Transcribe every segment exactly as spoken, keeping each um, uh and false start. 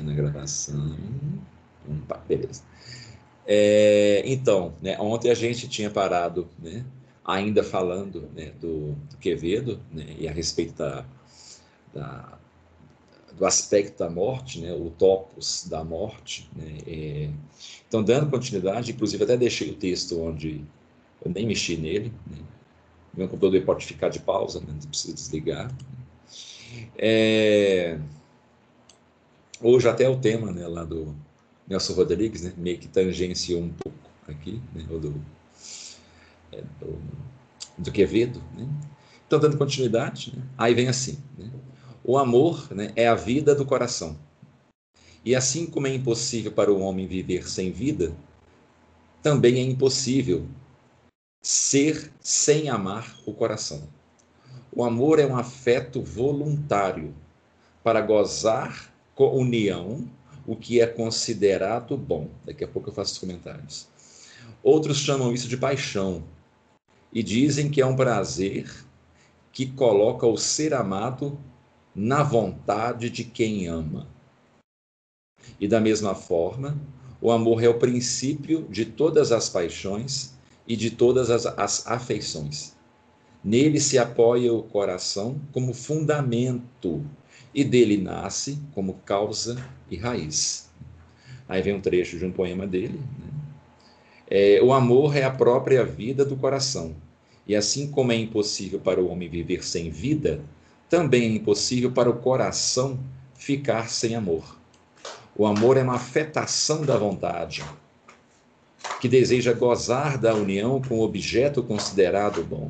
na gravação. Opa, beleza. É, então, né, ontem a gente tinha parado, né, ainda falando, né, do, do Quevedo, né, e a respeito da, da, do aspecto da morte, né, o topos da morte. Né, é, então, dando continuidade, inclusive até deixei o texto onde eu nem mexi nele, né, meu computador pode ficar de pausa, né, não precisa desligar. É, hoje até o tema, né, lá do Nelson Rodrigues, né, meio que tangenciou um pouco aqui, né, o do, é, do, do Quevedo. Né? Então, dando continuidade, né, aí vem assim, né, o amor, né, é a vida do coração. E assim como é impossível para o homem viver sem vida, também é impossível ser sem amar o coração. O amor é um afeto voluntário para gozar com união o que é considerado bom. Daqui a pouco eu faço os comentários. Outros chamam isso de paixão e dizem que é um prazer que coloca o ser amado na vontade de quem ama. E da mesma forma, o amor é o princípio de todas as paixões e de todas as, as afeições. Nele se apoia o coração como fundamento e dele nasce como causa e raiz. Aí vem um trecho de um poema dele. Né? É, o amor é a própria vida do coração. E assim como é impossível para o homem viver sem vida, também é impossível para o coração ficar sem amor. O amor é uma afetação da vontade, que deseja gozar da união com o objeto considerado bom.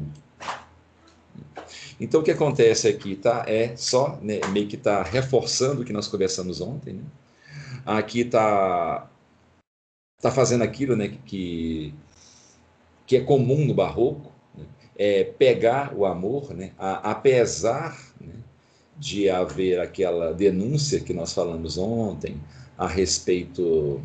Então, o que acontece aqui, tá? É só, né, meio que está reforçando o que nós conversamos ontem, né? Aqui está tá fazendo aquilo, né, que, que é comum no barroco, né? É pegar o amor, né, a, apesar, né, de haver aquela denúncia que nós falamos ontem a respeito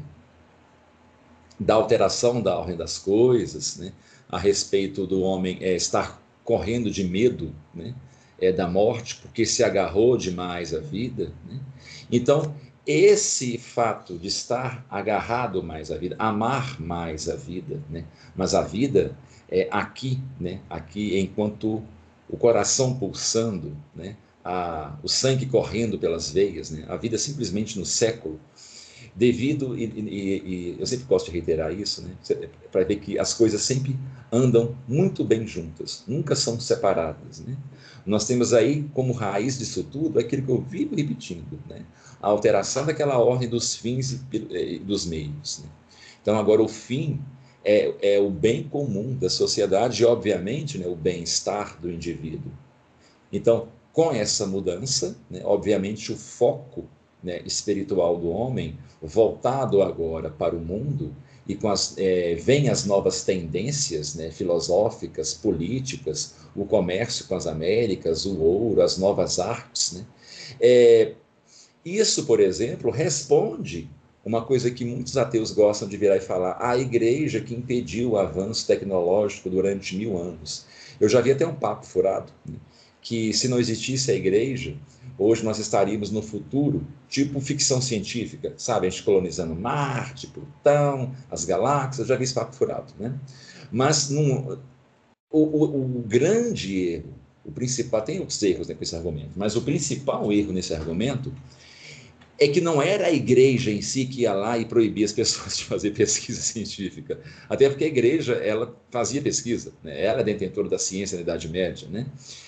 da alteração da ordem das coisas, né, a respeito do homem é, estar correndo de medo, né, é, da morte, porque se agarrou demais à vida. Né? Então, esse fato de estar agarrado mais à vida, amar mais a vida, né? Mas a vida é aqui, né? Aqui enquanto o coração pulsando, né? A, o sangue correndo pelas veias, né? A vida simplesmente no século, devido, e, e, e eu sempre gosto de reiterar isso, né? Para ver que as coisas sempre andam muito bem juntas, nunca são separadas. Né? Nós temos aí como raiz disso tudo aquilo que eu vivo repetindo, né? A alteração daquela ordem dos fins e dos meios. Né? Então, agora, o fim é, é o bem comum da sociedade e, obviamente, né, o bem-estar do indivíduo. Então, com essa mudança, né, obviamente, o foco, né, espiritual do homem, voltado agora para o mundo, e com as, é, vem as novas tendências, né, filosóficas, políticas, o comércio com as Américas, o ouro, as novas artes. Né? É, isso, por exemplo, responde uma coisa que muitos ateus gostam de virar e falar: a igreja que impediu o avanço tecnológico durante mil anos. Eu já vi até um papo furado, né? Que se não existisse a igreja, hoje nós estaríamos no futuro, tipo ficção científica, sabe? A gente colonizando Marte, Plutão, as galáxias, eu já vi esse papo furado, né? Mas num, o, o, o grande erro, o principal, tem outros erros, né, com esse argumento, mas o principal erro nesse argumento é que não era a igreja em si que ia lá e proibia as pessoas de fazer pesquisa científica, até porque a igreja, ela fazia pesquisa, né? Ela é detentora da ciência na Idade Média, né?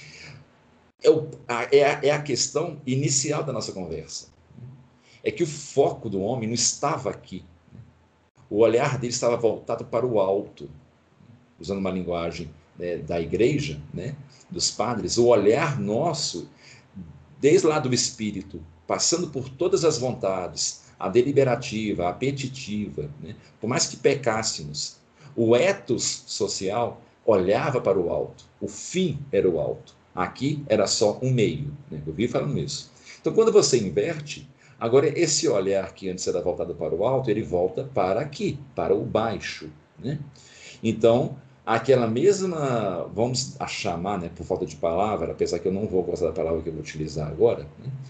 É, o, a, é, a, é a questão inicial da nossa conversa. É que o foco do homem não estava aqui. O olhar dele estava voltado para o alto, usando uma linguagem, né, da igreja, né, dos padres. O olhar nosso, desde lá do espírito, passando por todas as vontades, a deliberativa, a apetitiva, né, por mais que pecássemos, o ethos social olhava para o alto. O fim era o alto. Aqui era só um meio, né? Eu vi falando isso. Então, quando você inverte, agora esse olhar que antes era voltado para o alto, ele volta para aqui, para o baixo, né? Então, aquela mesma, vamos a chamar, né, por falta de palavra, apesar que eu não vou gostar da palavra que eu vou utilizar agora, né?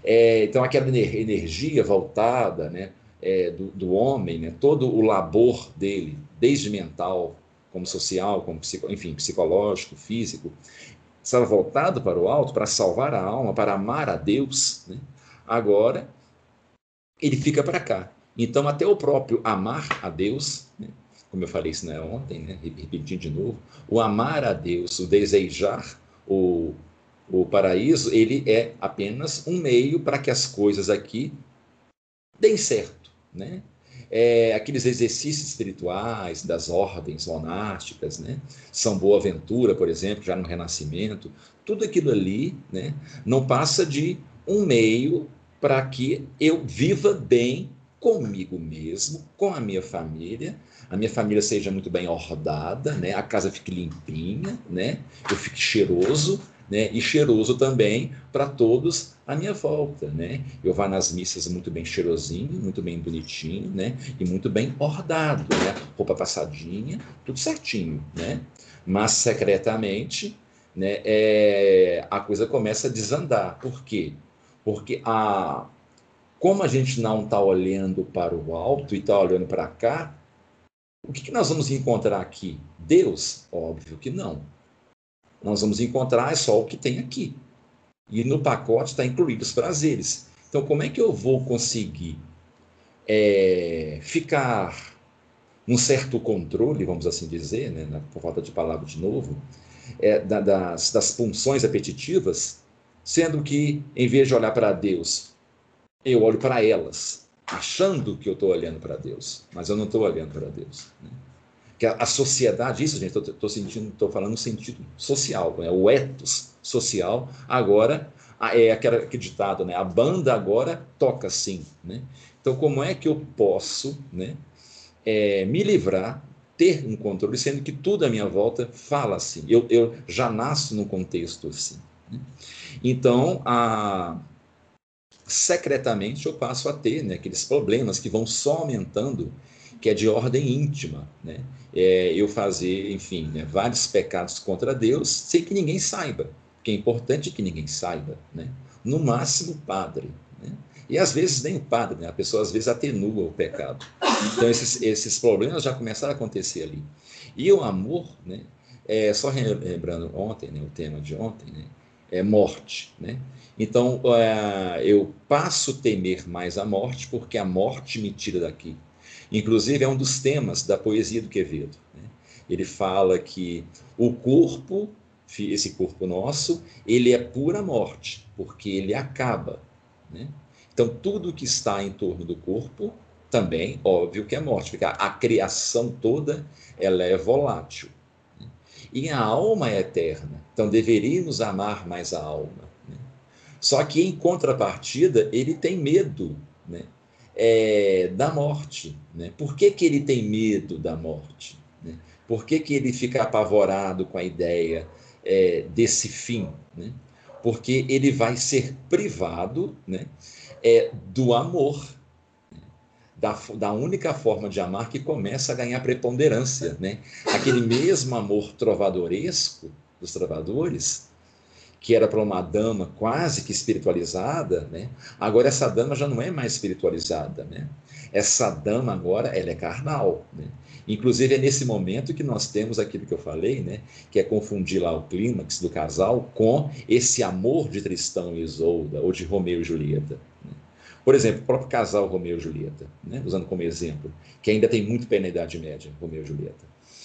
É, então, aquela energia voltada, né, é, do, do homem, né, todo o labor dele, desde mental, como social, como psico, enfim, psicológico, físico, estava voltado para o alto, para salvar a alma, para amar a Deus, né? Agora ele fica para cá. Então, até o próprio amar a Deus, né? Como eu falei isso, né, ontem, né, repetindo de novo, o amar a Deus, o desejar o, o paraíso, ele é apenas um meio para que as coisas aqui deem certo, né? É, aqueles exercícios espirituais das ordens monásticas, né? São Boaventura, por exemplo, já no Renascimento, tudo aquilo ali, né, não passa de um meio para que eu viva bem comigo mesmo, com a minha família, a minha família seja muito bem ordada, né, a casa fique limpinha, né, eu fique cheiroso, né, e cheiroso também para todos à minha volta, né? Eu vá nas missas muito bem cheirosinho, muito bem bonitinho, né? E muito bem ordado, né? Roupa passadinha, tudo certinho, né? Mas secretamente, né, é, a coisa começa a desandar. Por quê? Porque a, como a gente não está olhando para o alto e está olhando para cá, o que, que nós vamos encontrar aqui? Deus? Óbvio que não. Nós vamos encontrar só o que tem aqui. E no pacote está incluído os prazeres. Então, como é que eu vou conseguir é, ficar num certo controle, vamos assim dizer, né, por falta de palavra de novo, é, das, das pulsões apetitivas, sendo que, em vez de olhar para Deus, eu olho para elas, achando que eu estou olhando para Deus, mas eu não estou olhando para Deus, né? Que a, a sociedade, isso, gente, estou sentindo, estou falando no sentido social, né? O ethos social, agora é aquele ditado, né? A banda agora toca assim, né? Então, como é que eu posso, né, é, me livrar, ter um controle, sendo que tudo à minha volta fala assim? Eu, eu já nasço num contexto assim, né? Então, a, secretamente eu passo a ter, né, aqueles problemas que vão só aumentando, que é de ordem íntima, né? É, eu fazer, enfim, né, vários pecados contra Deus sem que ninguém saiba, porque é importante que ninguém saiba, né? No máximo o padre, né? E às vezes nem o padre, né? A pessoa às vezes atenua o pecado. Então esses, esses problemas já começaram a acontecer ali. E o amor, né? É, só lembrando ontem, né, o tema de ontem, né? É morte, né? Então, é, eu passo a temer mais a morte, porque a morte me tira daqui. Inclusive, é um dos temas da poesia do Quevedo, né? Ele fala que o corpo, esse corpo nosso, ele é pura morte, porque ele acaba, né? Então, tudo que está em torno do corpo, também, óbvio que é morte, porque a, a criação toda, ela é volátil, né? E a alma é eterna, então deveríamos amar mais a alma, né? Só que, em contrapartida, ele tem medo, né, é, da morte, né? Por que, que ele tem medo da morte, né? Por que, que ele fica apavorado com a ideia é, desse fim, né? Porque ele vai ser privado, né, é, do amor, da, da única forma de amar que começa a ganhar preponderância, né? Aquele mesmo amor trovadoresco dos trovadores, que era para uma dama quase que espiritualizada, né? Agora essa dama já não é mais espiritualizada, né? Essa dama agora, ela é carnal, né? Inclusive é nesse momento que nós temos aquilo que eu falei, né? Que é confundir lá o clímax do casal com esse amor de Tristão e Isolda, ou de Romeu e Julieta, né? Por exemplo, o próprio casal Romeu e Julieta, né? Usando como exemplo, que ainda tem muito pé na Idade Média, Romeu e Julieta.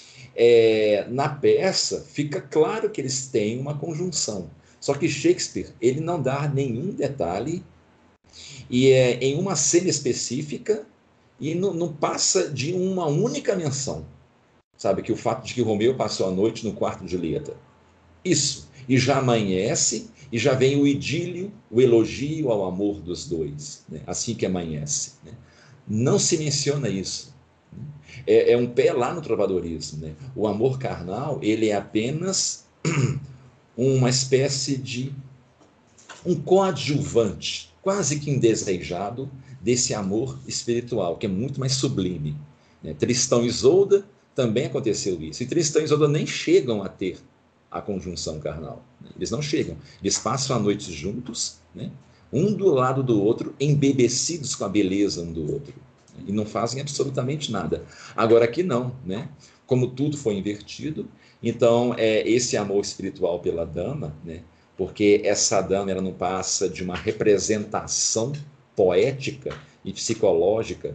É, na peça, fica claro que eles têm uma conjunção. Só que Shakespeare, ele não dá nenhum detalhe, e é em uma cena específica, e não, não passa de uma única menção. Sabe, que o fato de que Romeu passou a noite no quarto de Julieta. Isso. E já amanhece, e já vem o idílio, o elogio ao amor dos dois, né? Assim que amanhece, né? Não se menciona isso. É, é um pé lá no trovadorismo, né? O amor carnal, ele é apenas uma espécie de um coadjuvante, quase que indesejado, desse amor espiritual, que é muito mais sublime, né? Tristão e Isolda também aconteceu isso. E Tristão e Isolda nem chegam a ter a conjunção carnal, né? Eles não chegam. Eles passam a noite juntos, né? um do lado do outro, embebecidos com a beleza um do outro, e não fazem absolutamente nada. Agora aqui não, né? Como tudo foi invertido, então é esse amor espiritual pela dama, né? Porque essa dama ela não passa de uma representação poética e psicológica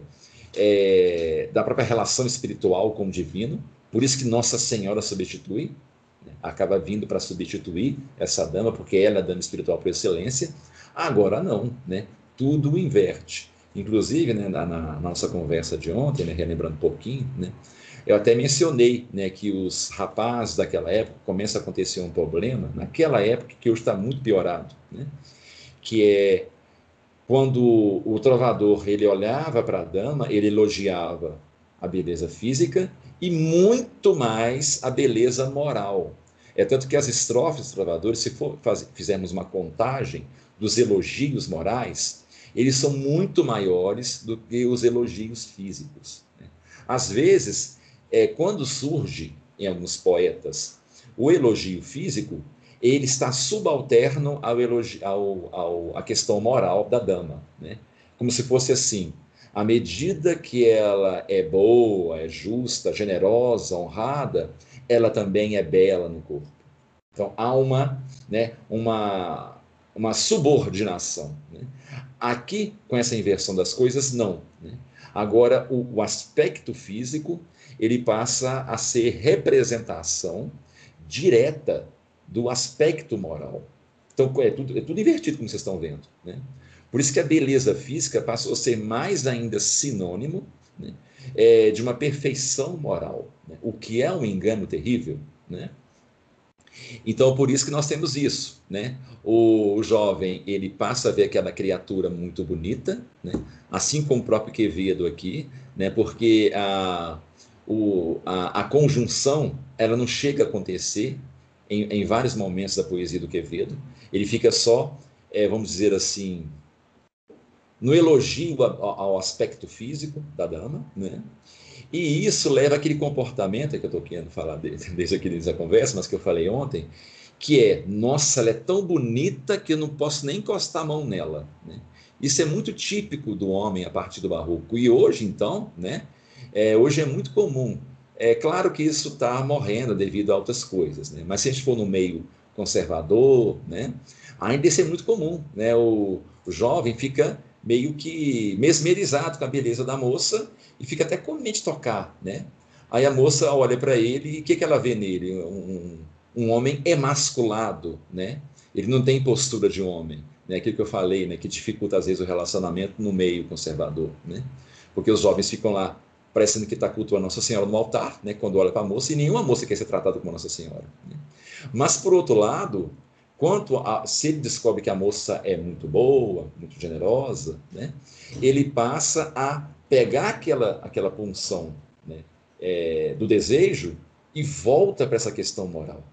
é, da própria relação espiritual com o divino. Por isso que Nossa Senhora substitui, né? Acaba vindo para substituir essa dama, porque ela é a dama espiritual por excelência. Agora não, né? Tudo inverte. Inclusive, né, na, na nossa conversa de ontem, né, relembrando um pouquinho, né, eu até mencionei, né, que os rapazes daquela época começa a acontecer um problema, naquela época que hoje está muito piorado, né, que é quando o trovador ele olhava para a dama, ele elogiava a beleza física e muito mais a beleza moral. É tanto que as estrofes dos trovadores, se for, faz, fizermos uma contagem dos elogios morais, eles são muito maiores do que os elogios físicos, né? Às vezes, é, quando surge em alguns poetas o elogio físico, ele está subalterno ao elogio, ao, ao, à questão moral da dama, né? Como se fosse assim, à medida que ela é boa, é justa, generosa, honrada, ela também é bela no corpo. Então há uma, né, uma, uma subordinação, né? Aqui, com essa inversão das coisas, não, né? Agora, o, o aspecto físico, ele passa a ser representação direta do aspecto moral. Então, é tudo, é tudo invertido, como vocês estão vendo, né? Por isso que a beleza física passou a ser mais ainda sinônimo, né, é, de uma perfeição moral, né? O que é um engano terrível, né? Então, por isso que nós temos isso, né? O jovem, ele passa a ver aquela criatura muito bonita, né? Assim como o próprio Quevedo aqui, né? Porque a, o, a, a conjunção, ela não chega a acontecer em, em vários momentos da poesia do Quevedo. Ele fica só, é, vamos dizer assim, no elogio ao, ao aspecto físico da dama, né? E isso leva àquele comportamento que eu estou querendo falar desde, desde aqui desde a conversa, mas que eu falei ontem, que é, nossa, ela é tão bonita que eu não posso nem encostar a mão nela, né? Isso é muito típico do homem a partir do barroco. E hoje, então, né, é, hoje é muito comum. É claro que isso está morrendo devido a outras coisas, né? Mas se a gente for no meio conservador, né, ainda isso é muito comum, né? O, o jovem fica meio que mesmerizado com a beleza da moça e fica até com medo de tocar, né? Aí a moça olha para ele e o que, que ela vê nele? Um, um homem emasculado, né? Ele não tem postura de homem, né? Aquilo que eu falei, né? Que dificulta às vezes o relacionamento no meio conservador, né? Porque os jovens ficam lá parecendo que está cultuando Nossa Senhora no altar, né? Quando olha para a moça, e nenhuma moça quer ser tratada como Nossa Senhora, né? Mas por outro lado, quanto a, se ele descobre que a moça é muito boa, muito generosa, né? Ele passa a pegar aquela, aquela punção, né, é, do desejo e volta para essa questão moral,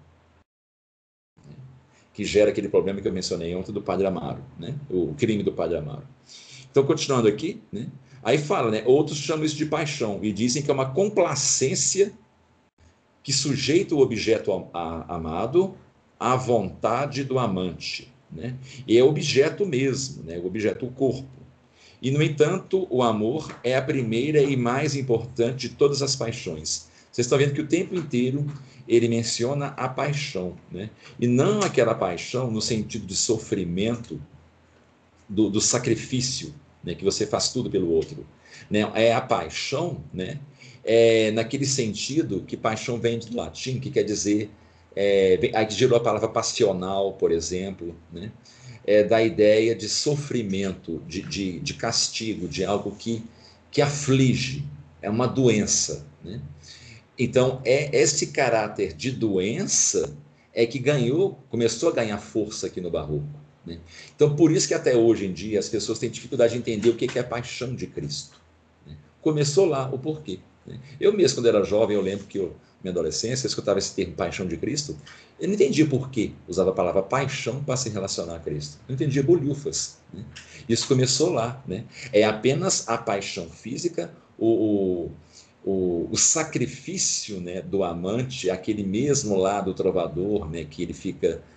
né, que gera aquele problema que eu mencionei ontem do Padre Amaro, né, o crime do Padre Amaro. Então, continuando aqui, né, aí fala, né, outros chamam isso de paixão e dizem que é uma complacência que sujeita o objeto amado à vontade do amante, né, e é objeto mesmo, né, o objeto, o corpo. E, no entanto, o amor é a primeira e mais importante de todas as paixões. Vocês estão vendo que o tempo inteiro ele menciona a paixão, né? E não aquela paixão no sentido de sofrimento, do, do sacrifício, né? Que você faz tudo pelo outro, né? É a paixão, né? É naquele sentido que paixão vem do latim, que quer dizer, é, aí que gerou a palavra passional, por exemplo, né? É, da ideia de sofrimento, de, de, de castigo, de algo que, que aflige, é uma doença, né? Então, é esse caráter de doença é que ganhou, começou a ganhar força aqui no Barroco, né? Então, por isso que até hoje em dia as pessoas têm dificuldade de entender o que é a paixão de Cristo, né? Começou lá, o porquê, né? Eu mesmo, quando era jovem, eu lembro que eu, minha adolescência, eu escutava esse termo paixão de Cristo, eu não entendia por que usava a palavra paixão para se relacionar a Cristo. Eu não entendia bolhufas, né? Isso começou lá, né? É apenas a paixão física, o, o o, o sacrifício, né, do amante, aquele mesmo lá do trovador, né, que ele fica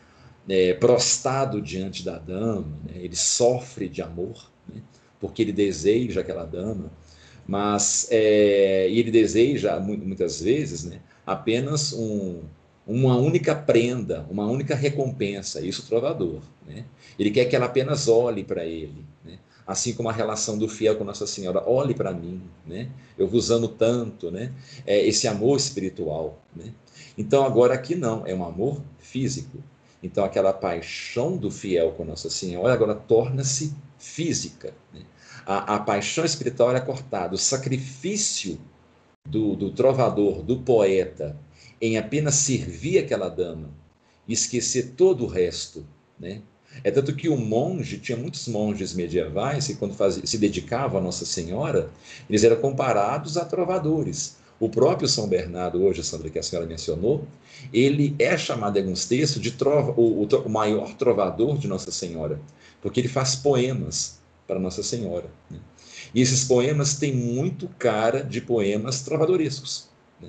é, prostrado diante da dama, né? Ele sofre de amor, né? Porque ele deseja aquela dama, mas é, e ele deseja muitas vezes, né, apenas um, uma única prenda, uma única recompensa, isso o trovador, né? Ele quer que ela apenas olhe para ele, né? Assim como a relação do fiel com Nossa Senhora, olhe para mim, né? Eu vos amo tanto, né? É esse amor espiritual, né? Então agora aqui não, é um amor físico. Então aquela paixão do fiel com Nossa Senhora agora torna-se física, né? A, a paixão espiritual é cortada, o sacrifício do, do trovador, do poeta, em apenas servir aquela dama e esquecer todo o resto, né? É tanto que o monge, tinha muitos monges medievais que quando fazia, se dedicavam a Nossa Senhora, eles eram comparados a trovadores. O próprio São Bernardo, hoje, Sandra, que a senhora mencionou, ele é chamado em alguns textos de trova, o, o, o maior trovador de Nossa Senhora, porque ele faz poemas para Nossa Senhora, né? E esses poemas têm muito cara de poemas trovadorescos, né?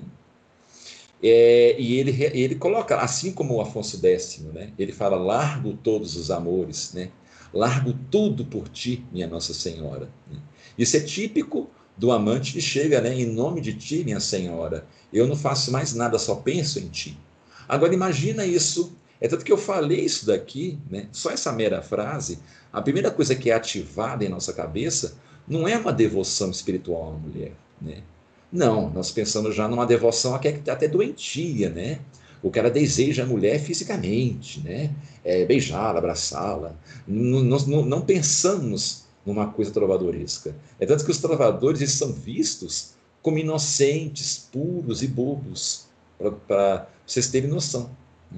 É, e ele, ele coloca, assim como o Afonso Décimo, né? Ele fala, largo todos os amores, né? Largo tudo por ti, minha Nossa Senhora, né? Isso é típico do amante que chega, né? Em nome de ti, minha Senhora, eu não faço mais nada, só penso em ti. Agora imagina isso, é tanto que eu falei isso daqui, né? Só essa mera frase, a primeira coisa que é ativada em nossa cabeça não é uma devoção espiritual à mulher, né? Não, nós pensamos já numa devoção que é até doentia, né? O cara deseja a mulher fisicamente, né? É, beijá-la, abraçá-la. Não, não, não pensamos numa coisa trovadoresca. É tanto que os trovadores eles são vistos como inocentes, puros e bobos, para vocês terem noção, né?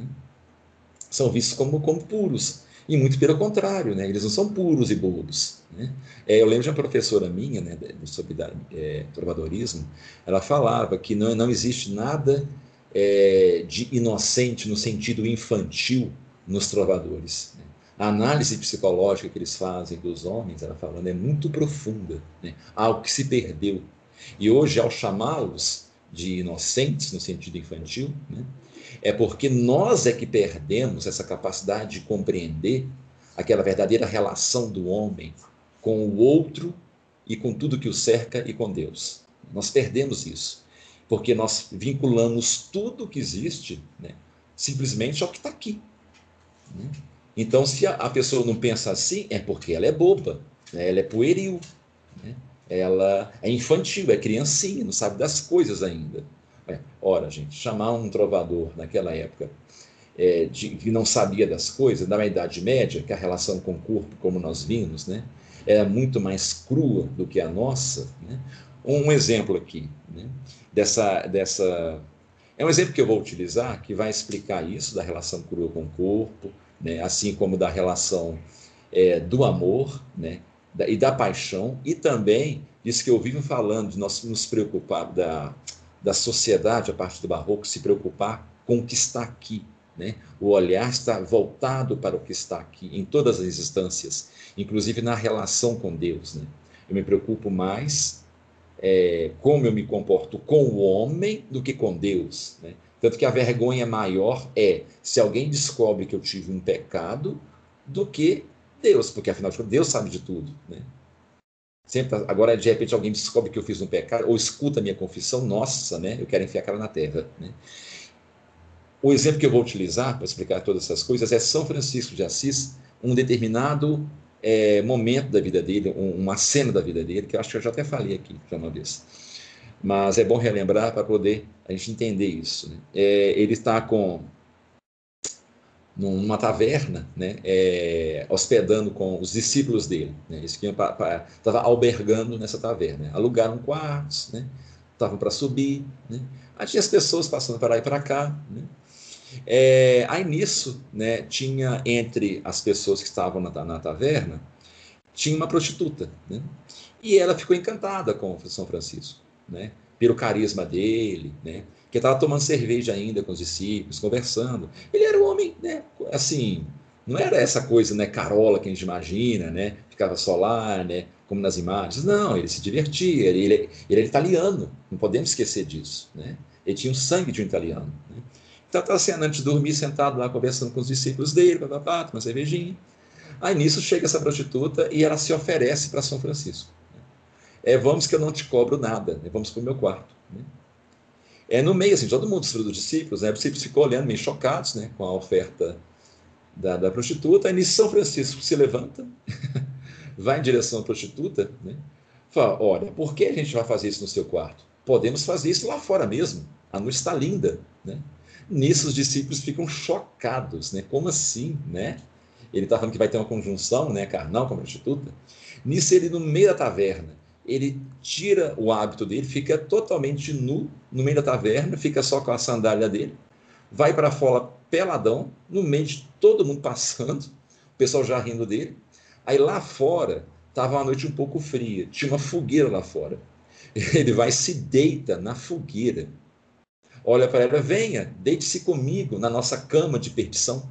São vistos como, como puros. E muito pelo contrário, né? Eles não são puros e bobos, né? É, eu lembro de uma professora minha, né, sobre é, trovadorismo, ela falava que não, não existe nada é, de inocente no sentido infantil nos trovadores, né? A análise psicológica que eles fazem dos homens, ela falando, é muito profunda, né? Algo que se perdeu. E hoje, ao chamá-los de inocentes no sentido infantil, né, é porque nós é que perdemos essa capacidade de compreender aquela verdadeira relação do homem com o outro e com tudo que o cerca e com Deus. Nós perdemos isso, porque nós vinculamos tudo que existe, né, simplesmente ao que está aqui, né? Então, se a, a pessoa não pensa assim, é porque ela é boba, né? Ela é pueril, né? Ela é infantil, é criancinha, não sabe das coisas ainda. É, ora, gente, chamar um trovador naquela época é, de, que não sabia das coisas, na Idade Média, que a relação com o corpo, como nós vimos, né, era muito mais crua do que a nossa, né? Um exemplo aqui, né, dessa, dessa... É um exemplo que eu vou utilizar que vai explicar isso, da relação crua com o corpo, né, assim como da relação é, do amor, né, da, e da paixão, e também disso que eu vivo falando, de nós nos preocupar da, da sociedade, a partir do barroco, se preocupar com o que está aqui, né? O olhar está voltado para o que está aqui, em todas as instâncias, inclusive na relação com Deus, né? Eu me preocupo mais é, como eu me comporto com o homem do que com Deus, né? Tanto que a vergonha maior é se alguém descobre que eu tive um pecado do que Deus, porque afinal de contas Deus sabe de tudo, né? Sempre, agora, de repente, alguém descobre que eu fiz um pecado, ou escuta a minha confissão, nossa, né? Eu quero enfiar a cara na terra, né? O exemplo que eu vou utilizar para explicar todas essas coisas é São Francisco de Assis, um determinado é, momento da vida dele, um, uma cena da vida dele, que eu acho que eu já até falei aqui já uma vez. Mas é bom relembrar para poder a gente entender isso, né? É, ele está com numa taverna, né, é, hospedando com os discípulos dele, né, eles estavam albergando nessa taverna, né, alugaram quartos, né, estavam para subir, né, aí tinha as pessoas passando para lá e para cá, né, é, aí nisso, né, tinha entre as pessoas que estavam na, na taverna, tinha uma prostituta, né, e ela ficou encantada com São Francisco, né, pelo carisma dele, né, que estava tomando cerveja ainda com os discípulos, conversando. Ele era um homem, né, assim, não era essa coisa, né, carola que a gente imagina, né, ficava só lá, né, como nas imagens. Não, ele se divertia, ele, ele era italiano, não podemos esquecer disso, né, ele tinha o sangue de um italiano, né? Então está sendo antes de dormir, sentado lá conversando com os discípulos dele, papapá, uma cervejinha. Aí nisso chega essa prostituta e ela se oferece para São Francisco. É, vamos que eu não te cobro nada, né? Vamos para o meu quarto. Né? É, no meio, assim, todo mundo, os discípulos, né? Os discípulos ficou olhando meio chocados, né? Com a oferta da, da prostituta. Aí nisso São Francisco se levanta, vai em direção à prostituta, né? Fala, olha, por que a gente vai fazer isso no seu quarto? Podemos fazer isso lá fora mesmo. A noite está linda, né? Nisso os discípulos ficam chocados, né? Como assim, né? Ele está falando que vai ter uma conjunção, né, carnal com a prostituta. Nisso ele, no meio da taverna, ele tira o hábito dele, fica totalmente nu no meio da taverna, fica só com a sandália dele, vai para fora peladão, no meio de todo mundo passando, o pessoal já rindo dele. Aí lá fora estava uma noite um pouco fria, tinha uma fogueira lá fora. Ele vai e se deita na fogueira. Olha para ela, venha, deite-se comigo na nossa cama de perdição.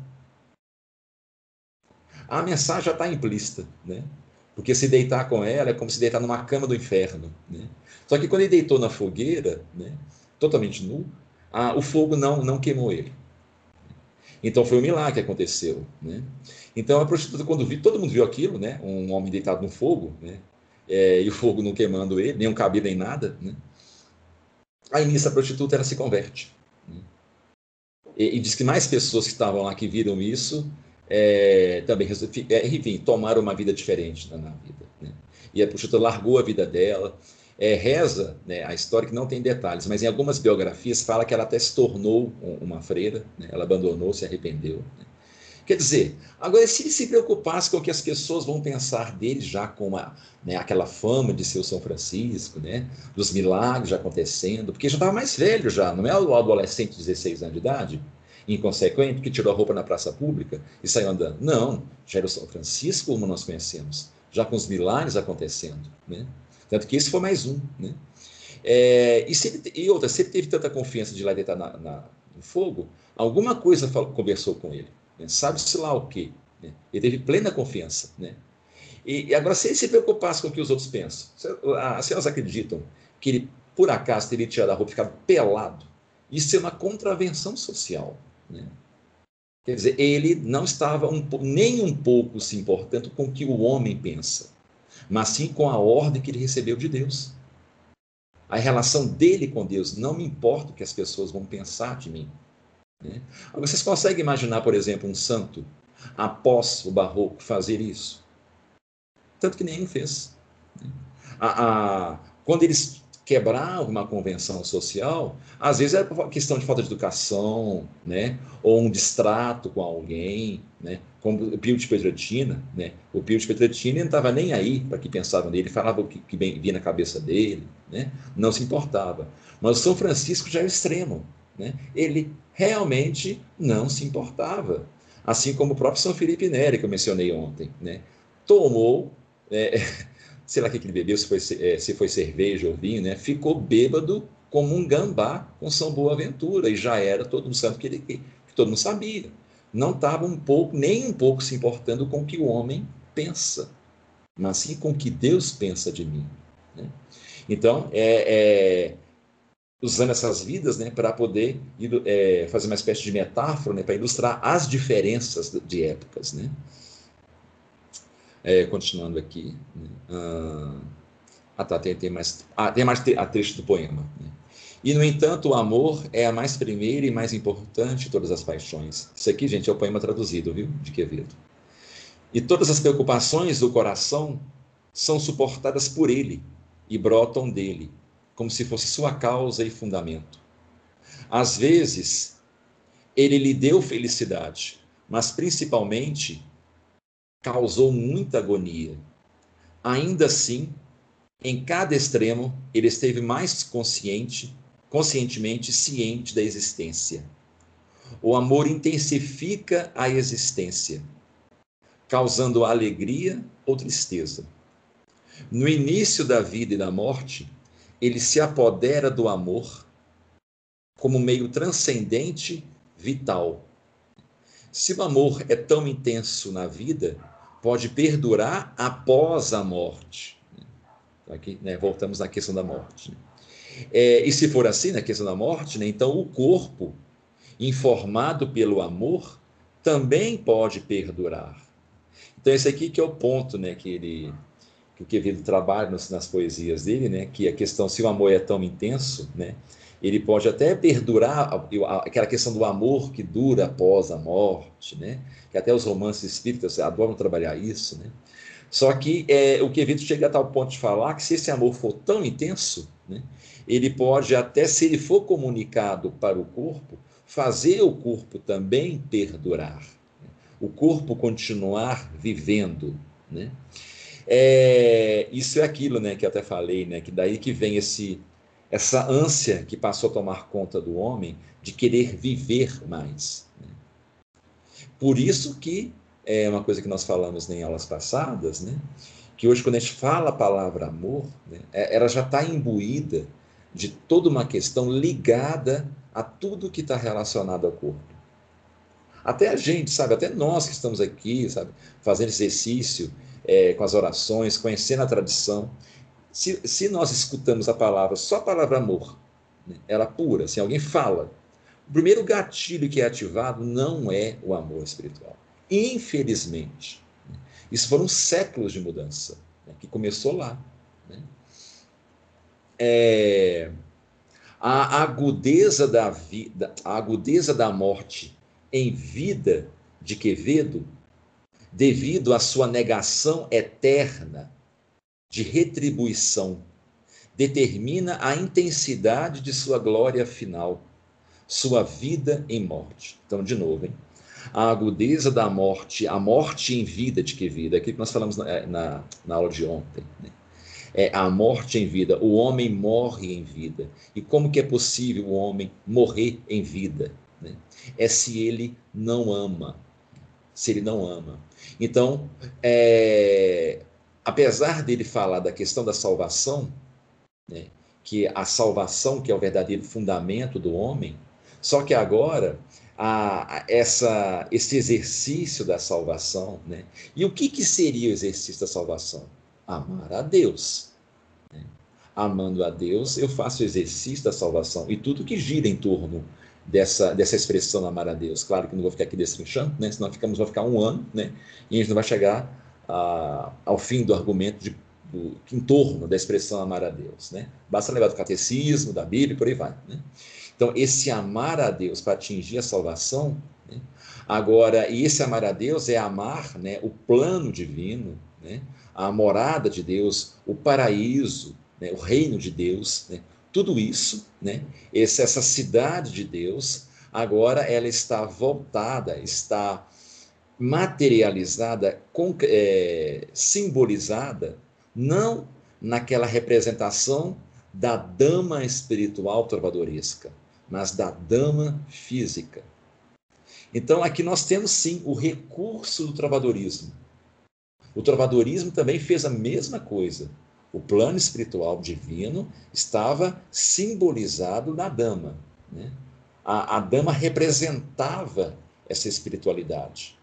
A mensagem já está implícita, né? Porque se deitar com ela é como se deitar numa cama do inferno, né? Só que quando ele deitou na fogueira, né, totalmente nu, a, o fogo não, não queimou ele. Então foi um milagre que aconteceu, né? Então a prostituta, quando viu, todo mundo viu aquilo, né? Um homem deitado no fogo, né? É, e o fogo não queimando ele, nem um cabelo nem nada, né? Aí nisso a prostituta ela se converte, né? E, e diz que mais pessoas que estavam lá que viram isso é, também, é, enfim, tomaram uma vida diferente na, na vida, né? E a prostituta largou a vida dela, é, reza, né, a história que não tem detalhes, mas em algumas biografias fala que ela até se tornou uma freira, né? Ela abandonou, se arrependeu, né? Quer dizer, agora se ele se preocupasse com o que as pessoas vão pensar dele já com a, né, aquela fama de ser o São Francisco, né, dos milagres já acontecendo, porque já estava mais velho já, não é o adolescente de dezesseis anos de idade, inconsequente, que tirou a roupa na praça pública e saiu andando. Não, já era o São Francisco como nós conhecemos, já com os milagres acontecendo, né? Tanto que esse foi mais um, né? É, e, se ele, e outra, se ele teve tanta confiança de ir lá deitar na, na, no fogo, alguma coisa falou, conversou com ele, né? Sabe-se lá o quê, né? Ele teve plena confiança, né? E, e agora, se ele se preocupasse com o que os outros pensam, se, as senhoras acreditam que ele, por acaso, teria tirado a roupa e ficado pelado, isso é uma contravenção social, né? Quer dizer, ele não estava um, nem um pouco se importando com o que o homem pensa, mas sim com a ordem que ele recebeu de Deus. A relação dele com Deus, não me importa o que as pessoas vão pensar de mim, né? Vocês conseguem imaginar, por exemplo, um santo, após o barroco, fazer isso? Tanto que nenhum fez. A, a, quando eles quebravam uma convenção social, às vezes era por questão de falta de educação, né? Ou um distrato com alguém, né? Como o Pio de Pietrelcina, né? O Pio de Pietrelcina não estava nem aí para que pensavam nele, falava o que, que vinha na cabeça dele, né? Não se importava. Mas o São Francisco já é o extremo, né? Ele realmente não se importava. Assim como o próprio São Felipe Neri, que eu mencionei ontem, né? Tomou... É, sei lá o que ele bebeu, se foi, é, se foi cerveja ou vinho, né? Ficou bêbado como um gambá com São Boaventura, e já era todo mundo sabe que, ele, que todo mundo sabia. Não estava um pouco, nem um pouco se importando com o que o homem pensa, mas sim com o que Deus pensa de mim, né? Então, é, é, usando essas vidas, né, para poder é, fazer uma espécie de metáfora, né, para ilustrar as diferenças de épocas, né? É, continuando aqui, né? ah, Ah, tá, tem, tem mais, ah, tem mais a trecho do poema, né? E, no entanto, o amor é a mais primeira e mais importante de todas as paixões. Isso aqui, gente, é o poema traduzido, viu, de Quevedo. E todas as preocupações do coração são suportadas por ele e brotam dele, como se fosse sua causa e fundamento. Às vezes, ele lhe deu felicidade, mas principalmente causou muita agonia. Ainda assim, em cada extremo, ele esteve mais consciente, conscientemente ciente da existência. O amor intensifica a existência, causando alegria ou tristeza. No início da vida e da morte, ele se apodera do amor como meio transcendente, vital. Se o amor é tão intenso na vida, pode perdurar após a morte. Aqui, né, voltamos à questão da morte. É, e se for assim, na questão da morte, né, então o corpo informado pelo amor, também pode perdurar. Então esse aqui que é o ponto, né, que ele que o Quevedo trabalha nas, nas poesias dele, né, que a questão, se o amor é tão intenso, né, ele pode até perdurar, aquela questão do amor que dura após a morte, né, que até os romances espíritas adoram trabalhar isso, né. Só que é, o Quevedo chega a tal ponto de falar que se esse amor for tão intenso, né, ele pode até, se ele for comunicado para o corpo, fazer o corpo também perdurar, né, o corpo continuar vivendo, né. É, isso é aquilo, né, que eu até falei, né, que daí que vem esse, essa ânsia que passou a tomar conta do homem de querer viver mais, né? Por isso que é uma coisa que nós falamos em aulas passadas, né, que hoje quando a gente fala a palavra amor, né, ela já está imbuída de toda uma questão ligada a tudo que está relacionado ao corpo. Até a gente, sabe, até nós que estamos aqui, sabe, fazendo exercício, é, com as orações, conhecendo a tradição, se, se nós escutamos a palavra, só a palavra amor, né, ela pura, se alguém fala, o primeiro gatilho que é ativado não é o amor espiritual. Infelizmente. Né, isso foram séculos de mudança, né, que começou lá. Né. É, a agudeza da vida, a agudeza da morte em vida de Quevedo, devido à sua negação eterna de retribuição, determina a intensidade de sua glória final, sua vida em morte. Então, de novo, hein? A agudeza da morte, a morte em vida de Quevedo, é aquilo que nós falamos na, na, na aula de ontem, né? É a morte em vida, o homem morre em vida. E como que é possível o homem morrer em vida? Né? É se ele não ama, se ele não ama. Então, é, apesar dele falar da questão da salvação, né, que a salvação que é o verdadeiro fundamento do homem, só que agora a, a, essa, esse exercício da salvação, né, e o que, que seria o exercício da salvação? Amar a Deus. Né? Amando a Deus, eu faço o exercício da salvação e tudo que gira em torno dessa, dessa expressão amar a Deus. Claro que não vou ficar aqui destrinchando, né? Senão ficamos, vou ficar um ano, né? E a gente não vai chegar a, ao fim do argumento de, do, em torno da expressão amar a Deus, né? Basta lembrar do catecismo, da Bíblia e por aí vai, né? Então, esse amar a Deus para atingir a salvação, né? Agora, e esse amar a Deus é amar, né, o plano divino, né, a morada de Deus, o paraíso, né, o reino de Deus, né, tudo isso, né, essa, essa cidade de Deus, agora ela está voltada, está materializada, é, simbolizada, não naquela representação da dama espiritual trovadoresca, mas da dama física. Então, aqui nós temos sim o recurso do trovadorismo. O trovadorismo também fez a mesma coisa. O plano espiritual divino estava simbolizado na dama, né? A, a dama representava essa espiritualidade.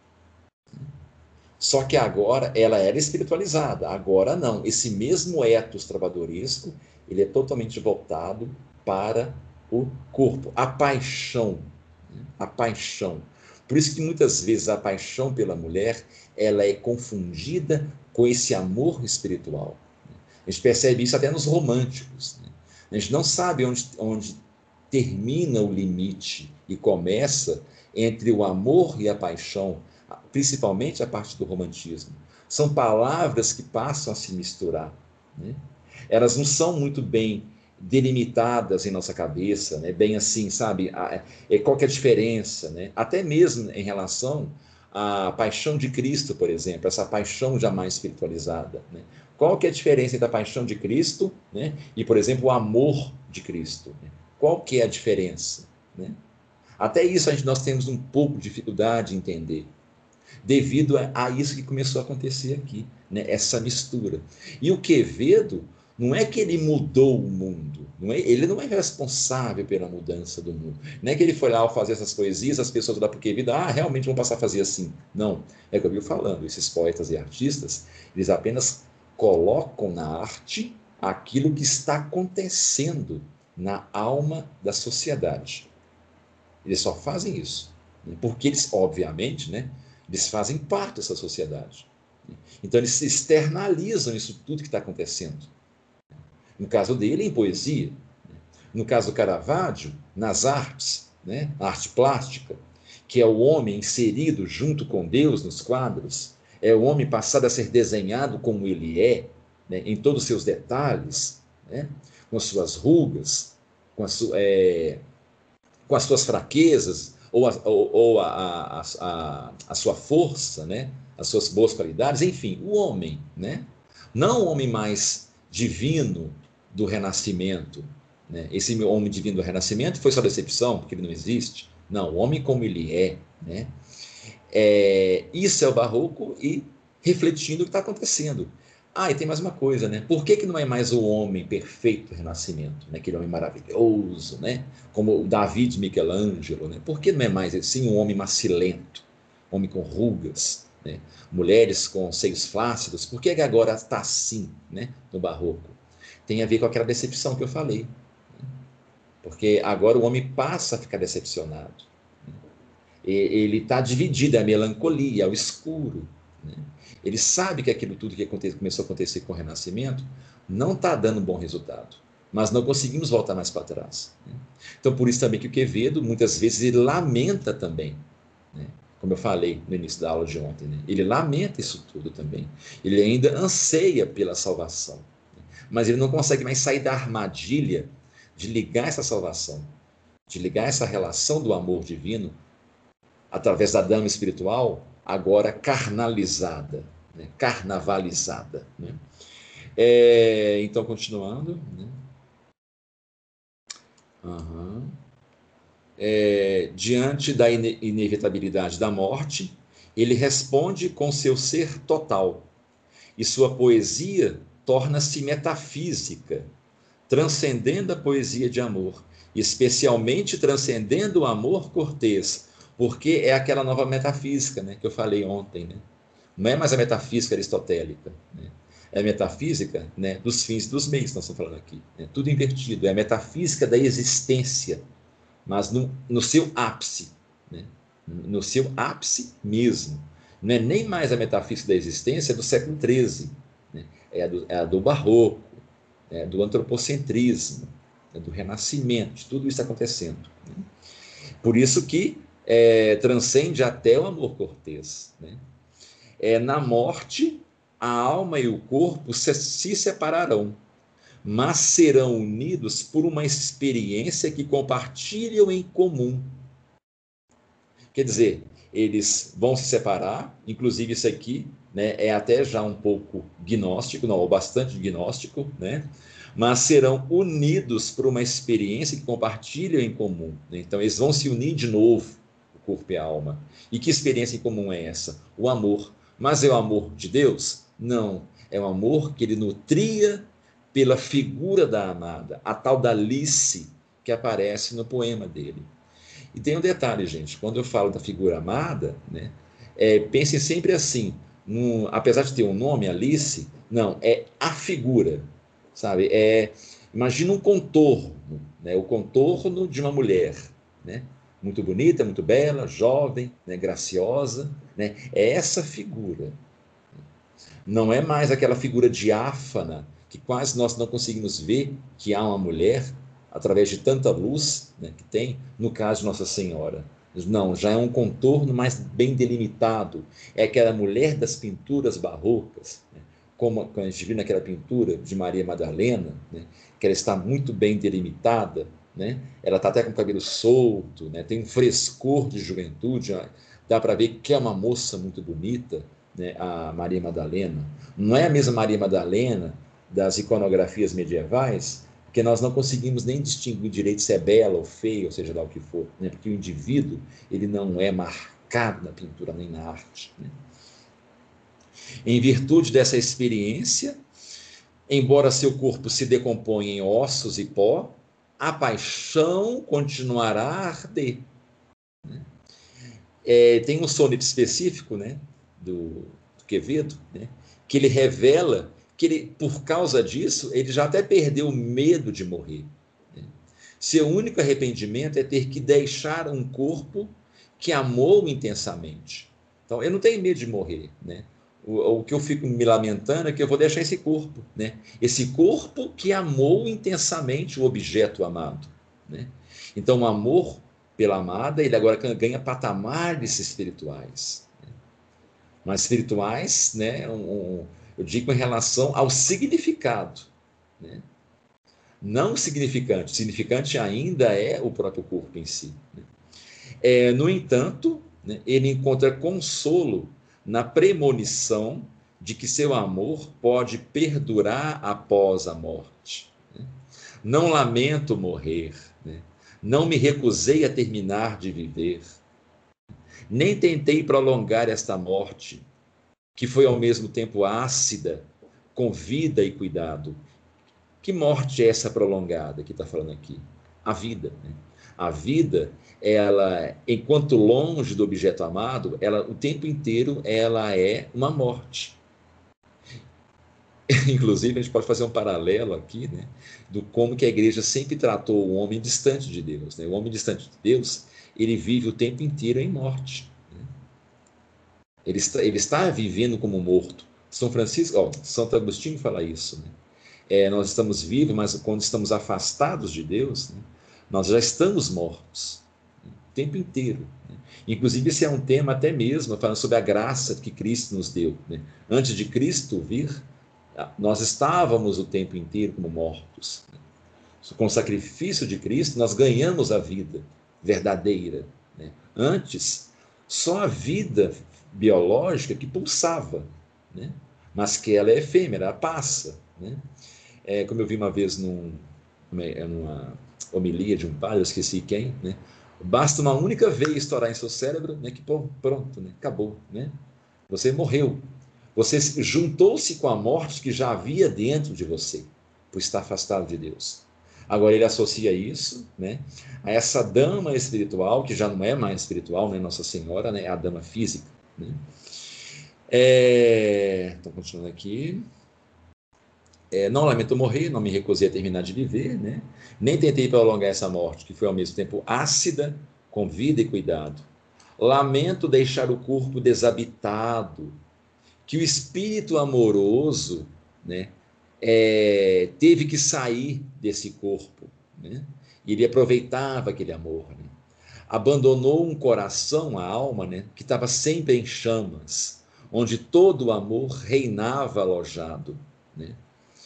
Só que agora ela era espiritualizada, agora não. Esse mesmo ethos trovadoresco, ele é totalmente voltado para o corpo, a paixão, né? A paixão. Por isso que muitas vezes a paixão pela mulher, ela é confundida com esse amor espiritual. A gente percebe isso até nos românticos, né? A gente não sabe onde, onde termina o limite e começa entre o amor e a paixão, principalmente a parte do romantismo. São palavras que passam a se misturar, né? Elas não são muito bem delimitadas em nossa cabeça, né? Bem assim, sabe? Qual que é a diferença, né? Até mesmo em relação à paixão de Cristo, por exemplo, essa paixão jamais espiritualizada, né? Qual que é a diferença entre a paixão de Cristo, né, e, por exemplo, o amor de Cristo? Né? Qual que é a diferença? Né? Até isso a gente, nós temos um pouco de dificuldade de entender, devido a, a isso que começou a acontecer aqui, né? Essa mistura. E o Quevedo, não é que ele mudou o mundo, não é, ele não é responsável pela mudança do mundo. Não é que ele foi lá ao fazer essas poesias, as pessoas lá para o Quevedo, ah, realmente vão passar a fazer assim. Não, é o que eu vi falando, esses poetas e artistas, eles apenas colocam na arte aquilo que está acontecendo na alma da sociedade. Eles só fazem isso, né? Porque eles, obviamente, né, eles fazem parte dessa sociedade. Então, eles se externalizam isso tudo que está acontecendo. No caso dele, em poesia. No caso do Caravaggio, nas artes, né, a arte plástica, que é o homem inserido junto com Deus nos quadros, é o homem passado a ser desenhado como ele é, né, em todos os seus detalhes, né, com as suas rugas, com, a su, é, com as suas fraquezas, ou, a, ou, ou a, a, a, a sua força, né, as suas boas qualidades, enfim, o homem, né, não o homem mais divino do Renascimento, né? Esse homem divino do Renascimento foi só decepção, porque ele não existe. Não, o homem como ele é, né? É, isso é o Barroco e refletindo o que está acontecendo. Ah, e tem mais uma coisa, né? Por que, que não é mais o homem perfeito do Renascimento, né? Aquele homem maravilhoso, né? Como o Davi de Michelangelo, né? Por que não é mais assim um homem macilento, homem com rugas, né? Mulheres com seios flácidos? Por que, que agora está assim, né? No Barroco? Tem a ver com aquela decepção que eu falei. Porque agora o homem passa a ficar decepcionado. Ele está dividido, é a melancolia, é o escuro. Né? Ele sabe que aquilo tudo que começou a acontecer com o Renascimento não está dando um bom resultado, mas não conseguimos voltar mais para trás. Né? Então, por isso também que o Quevedo, muitas vezes, ele lamenta também, né? Como eu falei no início da aula de ontem. Né? Ele lamenta isso tudo também. Ele ainda anseia pela salvação, né? Mas ele não consegue mais sair da armadilha de ligar essa salvação, de ligar essa relação do amor divino através da dama espiritual, agora carnalizada, né? Carnavalizada. Né? É, então, continuando. Né? Uhum. É, diante da ine inevitabilidade da morte, ele responde com seu ser total, e sua poesia torna-se metafísica, transcendendo a poesia de amor, especialmente transcendendo o amor cortês, porque é aquela nova metafísica, né, que eu falei ontem, né? Não é mais a metafísica aristotélica, né? É a metafísica, né, dos fins e dos meios que nós estamos falando aqui, né? Tudo invertido, é a metafísica da existência, mas no, no seu ápice, né? No seu ápice mesmo. Não é nem mais a metafísica da existência do século treze, né? É a do, é a do Barroco, é, do antropocentrismo, é, do renascimento, tudo isso acontecendo. Né? Por isso que é, transcende até o amor cortês. Né? É, na morte, a alma e o corpo se, se separarão, mas serão unidos por uma experiência que compartilham em comum. Quer dizer, eles vão se separar, inclusive isso aqui, né, é até já um pouco gnóstico, não, ou bastante gnóstico, né? Mas serão unidos por uma experiência que compartilham em comum. Né? Então, eles vão se unir de novo, o corpo e a alma. E que experiência em comum é essa? O amor. Mas é o amor de Deus? Não. É o amor que ele nutria pela figura da amada, a tal da Alice que aparece no poema dele. E tem um detalhe, gente, quando eu falo da figura amada, né, é, pensem sempre assim, num, apesar de ter um nome, Alice, não, é a figura, sabe? É, imagina um contorno, né, o contorno de uma mulher, né, muito bonita, muito bela, jovem, né, graciosa, né, é essa figura. Não é mais aquela figura diáfana que quase nós não conseguimos ver que há uma mulher através de tanta luz, né, que tem, no caso de Nossa Senhora. Não, já é um contorno mais bem delimitado. É aquela mulher das pinturas barrocas, né, como a gente viu naquela pintura de Maria Madalena, né, que ela está muito bem delimitada, né, ela está até com o cabelo solto, né, tem um frescor de juventude, dá para ver que é uma moça muito bonita, né, a Maria Madalena. Não é a mesma Maria Madalena das iconografias medievais, porque nós não conseguimos nem distinguir direito se é bela ou feia, ou seja lá o que for, né? Porque o indivíduo ele não é marcado na pintura nem na arte. Né? Em virtude dessa experiência, embora seu corpo se decomponha em ossos e pó, a paixão continuará a arder. Né? É, tem um soneto específico, né, do, do Quevedo, né, que ele revela que ele, por causa disso, ele já até perdeu o medo de morrer. Né? Seu único arrependimento é ter que deixar um corpo que amou intensamente. Então, eu não tenho medo de morrer, né? O, o que eu fico me lamentando é que eu vou deixar esse corpo, né? Esse corpo que amou intensamente o objeto amado, né? Então, o amor pela amada, ele agora ganha patamares espirituais, né? Mas espirituais, né? Um, um, eu digo em relação ao significado, né? Não o significante. O significante ainda é o próprio corpo em si, né? É, no entanto, né, ele encontra consolo na premonição de que seu amor pode perdurar após a morte, né? Não lamento morrer, né? Não me recusei a terminar de viver, nem tentei prolongar esta morte, que foi ao mesmo tempo ácida, com vida e cuidado. Que morte é essa prolongada que está falando aqui? A vida, né? A vida, ela, enquanto longe do objeto amado, ela, o tempo inteiro, ela é uma morte. Inclusive, a gente pode fazer um paralelo aqui, né, do como que a igreja sempre tratou o homem distante de Deus, né? O homem distante de Deus, ele vive o tempo inteiro em morte, né? Ele está, ele está vivendo como morto. São Francisco, ó, Santo Agostinho fala isso, né? É, nós estamos vivos, mas quando estamos afastados de Deus, né, nós já estamos mortos, né, o tempo inteiro, né? Inclusive, esse é um tema até mesmo falando sobre a graça que Cristo nos deu, né? Antes de Cristo vir, nós estávamos o tempo inteiro como mortos, né? Com o sacrifício de Cristo, nós ganhamos a vida verdadeira, né? Antes, só a vida biológica que pulsava, né? Mas que ela é efêmera, ela passa, né? É, como eu vi uma vez num, numa homilia de um padre, eu esqueci quem, né? Basta uma única vez estourar em seu cérebro, né, que pô, pronto, né, acabou, né? Você morreu. Você juntou-se com a morte que já havia dentro de você, por estar afastado de Deus. Agora ele associa isso, né, a essa dama espiritual, que já não é mais espiritual, né, Nossa Senhora, né, é a dama física, né? É... Então, continuando aqui. É, não lamento morrer, não me recusei a terminar de viver, né? Nem tentei prolongar essa morte, que foi ao mesmo tempo ácida, com vida e cuidado. Lamento deixar o corpo desabitado, que o espírito amoroso, né, é, teve que sair desse corpo, né? E ele aproveitava aquele amor, né? Abandonou um coração, a alma, né, que estava sempre em chamas, onde todo o amor reinava alojado, né?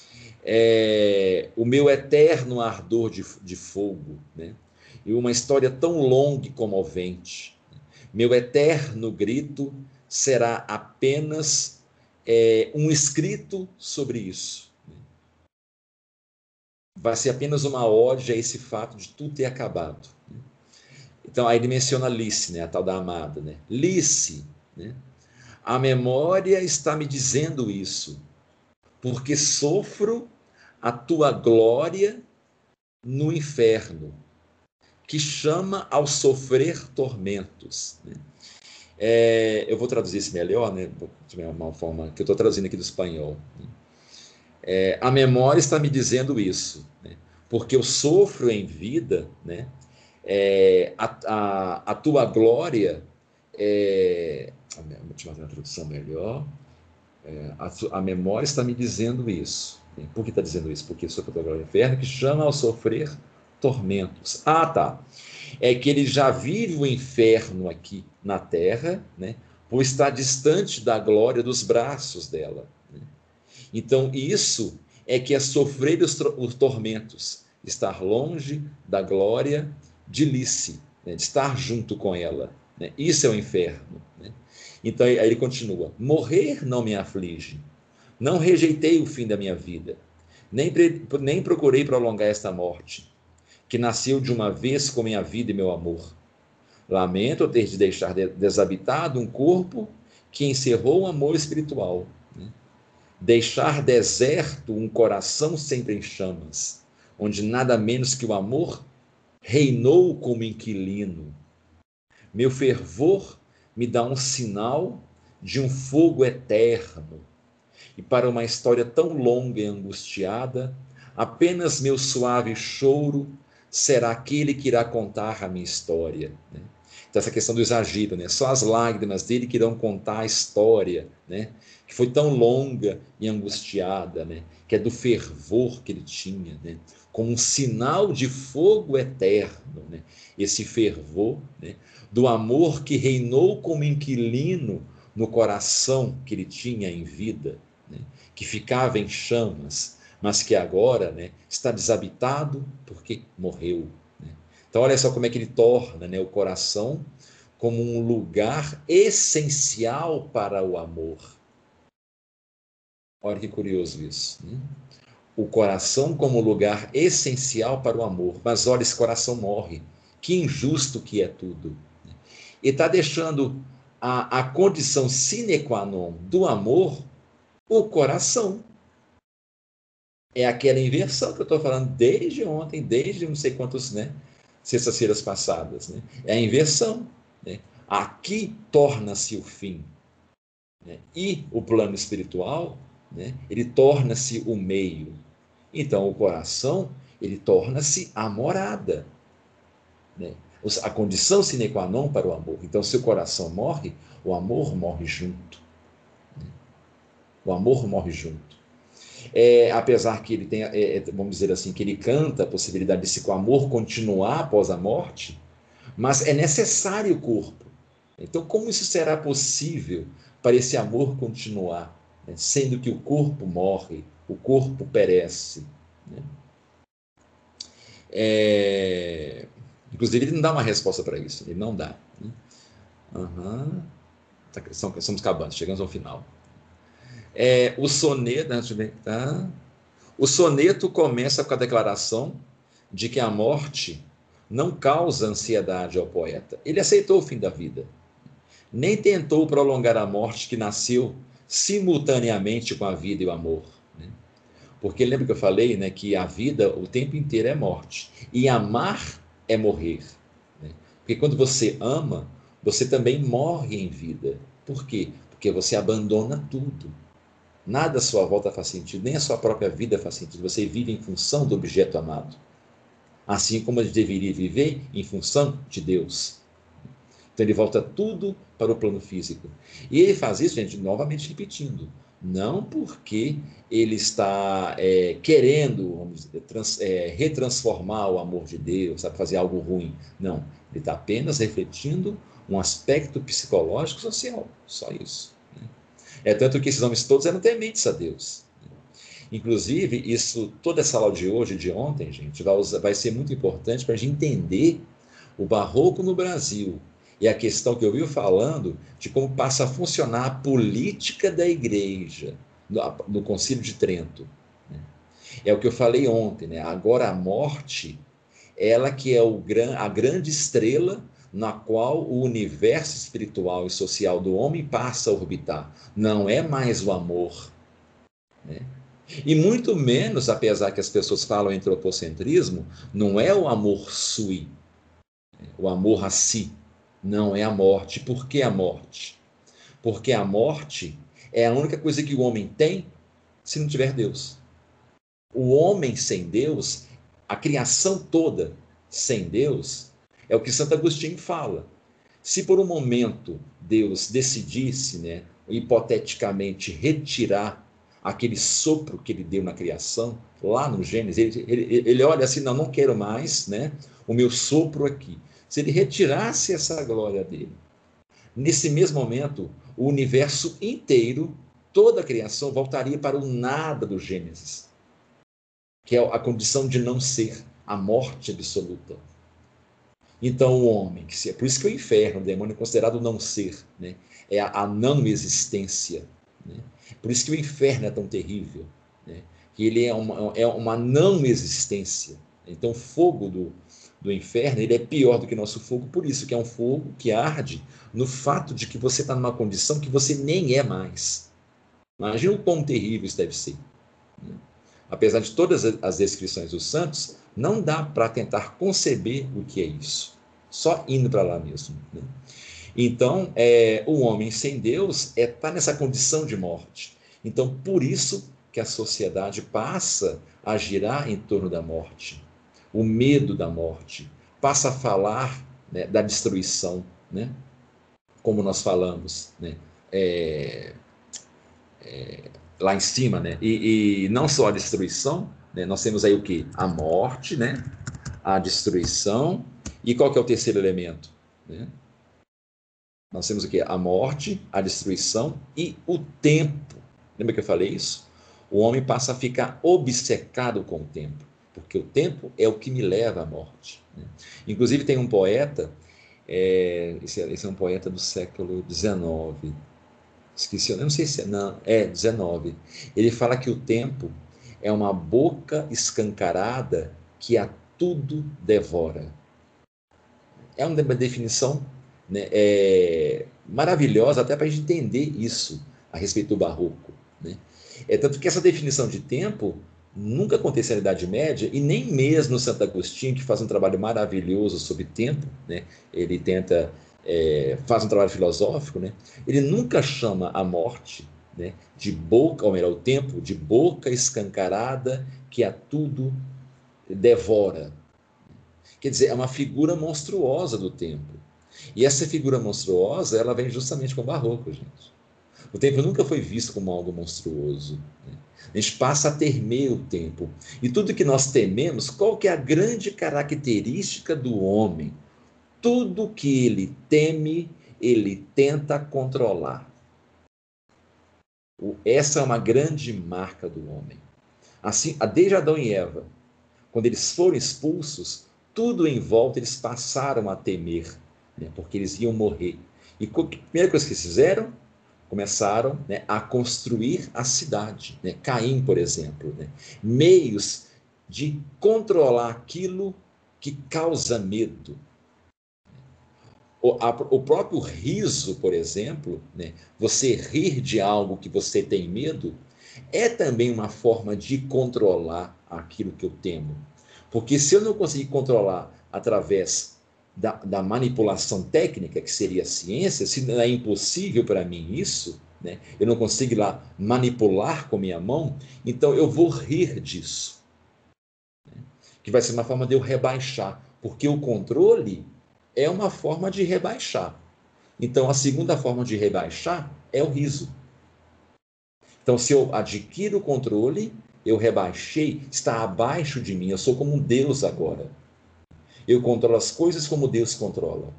É, o meu eterno ardor de, de fogo, né? E uma história tão longa e comovente. Meu eterno grito será apenas é, um escrito sobre isso, né? Vai ser apenas uma ode a esse fato de tudo ter acabado, né? Então, aí ele menciona Lice, né, a tal da amada, né? Lice, né? A memória está me dizendo isso, porque sofro a tua glória no inferno, que chama ao sofrer tormentos, né? É, eu vou traduzir isso melhor, né, de uma forma que eu estou traduzindo aqui do espanhol, né? É, a memória está me dizendo isso, né? Porque eu sofro em vida, né? É, a, a, a tua glória, é, deixa eu fazer uma tradução melhor, é, a, a memória está me dizendo isso. Por que está dizendo isso? Porque sofro a tua glória no inferno, que chama ao sofrer tormentos. Ah, tá. É que ele já vive o inferno aqui na terra, né? Por estar distante da glória dos braços dela, né? Então, isso é que é sofrer os, os tormentos, estar longe da glória de Lice, né? De estar junto com ela, né? Isso é o inferno, né? Então, aí ele continua: morrer não me aflige, não rejeitei o fim da minha vida, nem, nem procurei prolongar esta morte, que nasceu de uma vez com minha vida e meu amor. Lamento ter de deixar desabitado um corpo que encerrou o amor espiritual, né? Deixar deserto um coração sempre em chamas, onde nada menos que o amor reinou como inquilino. Meu fervor me dá um sinal de um fogo eterno, e para uma história tão longa e angustiada, apenas meu suave choro será aquele que irá contar a minha história, né? Então, essa questão do exagero, né? Só as lágrimas dele que irão contar a história, né? Que foi tão longa e angustiada, né? Que é do fervor que ele tinha, né? Como um sinal de fogo eterno, né? Esse fervor, né? Do amor que reinou como inquilino no coração que ele tinha em vida, né? Que ficava em chamas, mas que agora, né, está desabitado porque morreu, né? Então, olha só como é que ele torna, né, o coração como um lugar essencial para o amor. Olha que curioso isso, né? O coração como lugar essencial para o amor. Mas olha, esse coração morre. Que injusto que é tudo. E está deixando a, a condição sine qua non do amor o coração. É aquela inversão que eu estou falando desde ontem, desde não sei quantos, né, sextas-feiras passadas. Né? É a inversão. Né? Aqui torna-se o fim. Né? E o plano espiritual, né, ele torna-se o meio. Então, o coração, ele torna-se a morada. Né? A condição sine qua non para o amor. Então, se o coração morre, o amor morre junto. Né? O amor morre junto. É, apesar que ele tenha, é, vamos dizer assim, que ele canta a possibilidade de se o amor continuar após a morte, mas é necessário o corpo. Então, como isso será possível para esse amor continuar, né? Sendo que o corpo morre, o corpo perece, né? É... Inclusive, ele não dá uma resposta para isso, ele não dá. Né? Uhum. Tá, estamos acabando, chegamos ao final. É, o soneto, tá? O soneto começa com a declaração de que a morte não causa ansiedade ao poeta. Ele aceitou o fim da vida. Nem tentou prolongar a morte que nasceu simultaneamente com a vida e o amor. Né? Porque lembra que eu falei, né, que a vida o tempo inteiro é morte. E amar é morrer. Né? Porque quando você ama, você também morre em vida. Por quê? Porque você abandona tudo. Nada à sua volta faz sentido, nem a sua própria vida faz sentido. Você vive em função do objeto amado. Assim como ele deveria viver em função de Deus. Então ele volta tudo para o plano físico. E ele faz isso, gente, novamente repetindo, não porque ele está é, querendo, vamos dizer, trans, é, retransformar o amor de Deus, sabe, fazer algo ruim. Não, ele está apenas refletindo um aspecto psicológico social, só isso. Né? É tanto que esses homens todos eram tementes a Deus. Inclusive, isso, toda essa aula de hoje, de ontem, gente, vai, usar, vai ser muito importante para a gente entender o barroco no Brasil e a questão que eu vi falando de como passa a funcionar a política da igreja no, no Concílio de Trento. Né? É o que eu falei ontem, né? Agora a morte, ela que é o, a grande estrela na qual o universo espiritual e social do homem passa a orbitar. Não é mais o amor, né? E muito menos, apesar que as pessoas falam em antropocentrismo, não é o amor sui, o amor a si, não é a morte. Por que a morte? Porque a morte é a única coisa que o homem tem se não tiver Deus. O homem sem Deus, a criação toda sem Deus, é o que Santo Agostinho fala. Se por um momento Deus decidisse, né, hipoteticamente retirar aquele sopro que ele deu na criação, lá no Gênesis, ele, ele, ele olha assim, não, não quero mais, né, o meu sopro aqui. Se ele retirasse essa glória dele, nesse mesmo momento, o universo inteiro, toda a criação, voltaria para o nada do Gênesis, que é a condição de não ser, a morte absoluta. Então o homem, que se, é por isso que o inferno, o demônio, é considerado não ser, né? É a, a não existência. Né? Por isso que o inferno é tão terrível, né? Que ele é uma, é uma não existência. Então o fogo do, do inferno, ele é pior do que nosso fogo, por isso que é um fogo que arde no fato de que você está numa condição que você nem é mais. Imagina o quão terrível isso deve ser. Né? Apesar de todas as descrições dos santos, não dá para tentar conceber o que é isso. Só indo para lá mesmo. Né? Então, é, o homem sem Deus está é, tá nessa condição de morte. Então, por isso que a sociedade passa a girar em torno da morte. o medo da morte, passa a falar, né, da destruição, né? Como nós falamos, né? É, é, lá em cima, né? E, e não só a destruição, né? Nós temos aí o que? A morte, né? A destruição. E qual que é o terceiro elemento? Né? Nós temos o que? A morte, a destruição e o tempo. Lembra que eu falei isso? O homem passa a ficar obcecado com o tempo, porque o tempo é o que me leva à morte. Né? Inclusive tem um poeta, é, esse, é, esse é um poeta do século dezenove, esqueci, eu não sei se é, não, é dezenove. Ele fala que o tempo é uma boca escancarada que a tudo devora. É uma definição, né, é, maravilhosa até para a gente entender isso a respeito do barroco. Né? É tanto que essa definição de tempo nunca aconteceu na Idade Média e nem mesmo no Santo Agostinho, que faz um trabalho maravilhoso sobre tempo, né? Ele tenta, é, faz um trabalho filosófico, né? Ele nunca chama a morte, né, de boca, ou melhor, o tempo, de boca escancarada que a tudo devora. Quer dizer, é uma figura monstruosa do tempo. E essa figura monstruosa, ela vem justamente com o barroco, gente. O tempo nunca foi visto como algo monstruoso. Né? A gente passa a temer o tempo. E tudo que nós tememos, qual que é a grande característica do homem? Tudo que ele teme, ele tenta controlar. Essa é uma grande marca do homem. Assim, desde Adão e Eva, quando eles foram expulsos, tudo em volta eles passaram a temer, né, porque eles iam morrer. E a primeira coisa que eles fizeram, começaram, né, a construir a cidade. Né? Caim, por exemplo. Né? Meios de controlar aquilo que causa medo. O, a, o próprio riso, por exemplo, né? Você rir de algo que você tem medo, é também uma forma de controlar aquilo que eu temo. Porque se eu não conseguir controlar através da, da manipulação técnica, que seria a ciência, se é impossível para mim isso, né? Eu não consigo ir lá manipular com minha mão, então eu vou rir disso. Né? Que vai ser uma forma de eu rebaixar, porque o controle é uma forma de rebaixar. Então, a segunda forma de rebaixar é o riso. Então, se eu adquiro o controle, eu rebaixei, está abaixo de mim, eu sou como um Deus agora. Eu controlo as coisas como Deus controla.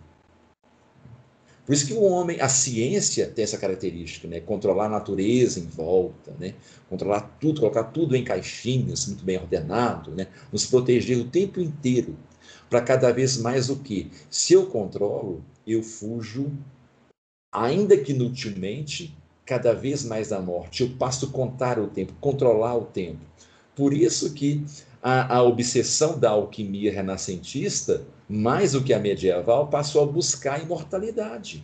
Por isso que o homem, a ciência tem essa característica, né? Controlar a natureza em volta, né? Controlar tudo, colocar tudo em caixinhas, muito bem ordenado, né? Nos proteger o tempo inteiro, para cada vez mais o quê? Se eu controlo, eu fujo, ainda que inutilmente, cada vez mais da morte. Eu passo a contar o tempo, controlar o tempo. Por isso que a, a obsessão da alquimia renascentista, mais do que a medieval, passou a buscar a imortalidade.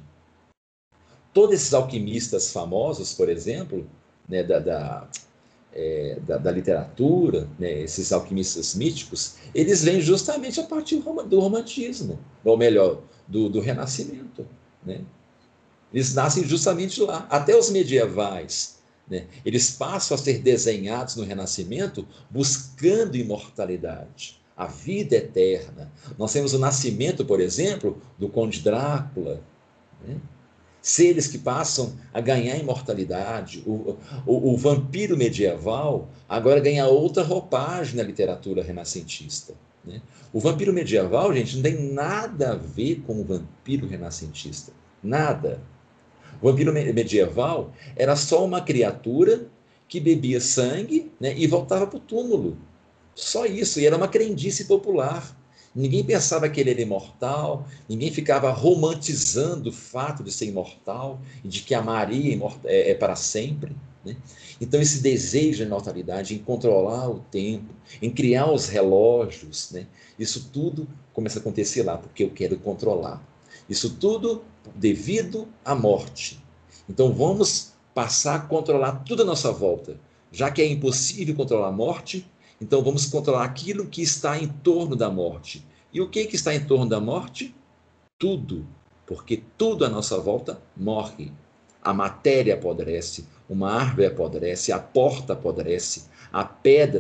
Todos esses alquimistas famosos, por exemplo, né, da, da, é, da, da literatura, né, esses alquimistas míticos, eles vêm justamente a partir do romantismo, ou melhor, do, do Renascimento. Né? Eles nascem justamente lá. Até os medievais, né, eles passam a ser desenhados no Renascimento buscando imortalidade, a vida eterna. Nós temos o nascimento, por exemplo, do Conde Drácula, né? Seres que passam a ganhar imortalidade. O, o, o vampiro medieval agora ganha outra roupagem na literatura renascentista. Né? O vampiro medieval, gente, não tem nada a ver com o vampiro renascentista. Nada. O vampiro medieval era só uma criatura que bebia sangue, né, e voltava para o túmulo. Só isso. E era uma crendice popular. Ninguém pensava que ele era imortal, ninguém ficava romantizando o fato de ser imortal e de que a Maria é, é para sempre. Né? Então, esse desejo de imortalidade, em controlar o tempo, em criar os relógios, né? Isso tudo começa a acontecer lá, porque eu quero controlar. Isso tudo devido à morte. Então, vamos passar a controlar tudo à nossa volta. Já que é impossível controlar a morte, então vamos controlar aquilo que está em torno da morte. E o que, que está em torno da morte? Tudo. Porque tudo à nossa volta morre. A matéria apodrece, uma árvore apodrece, a porta apodrece, a pedra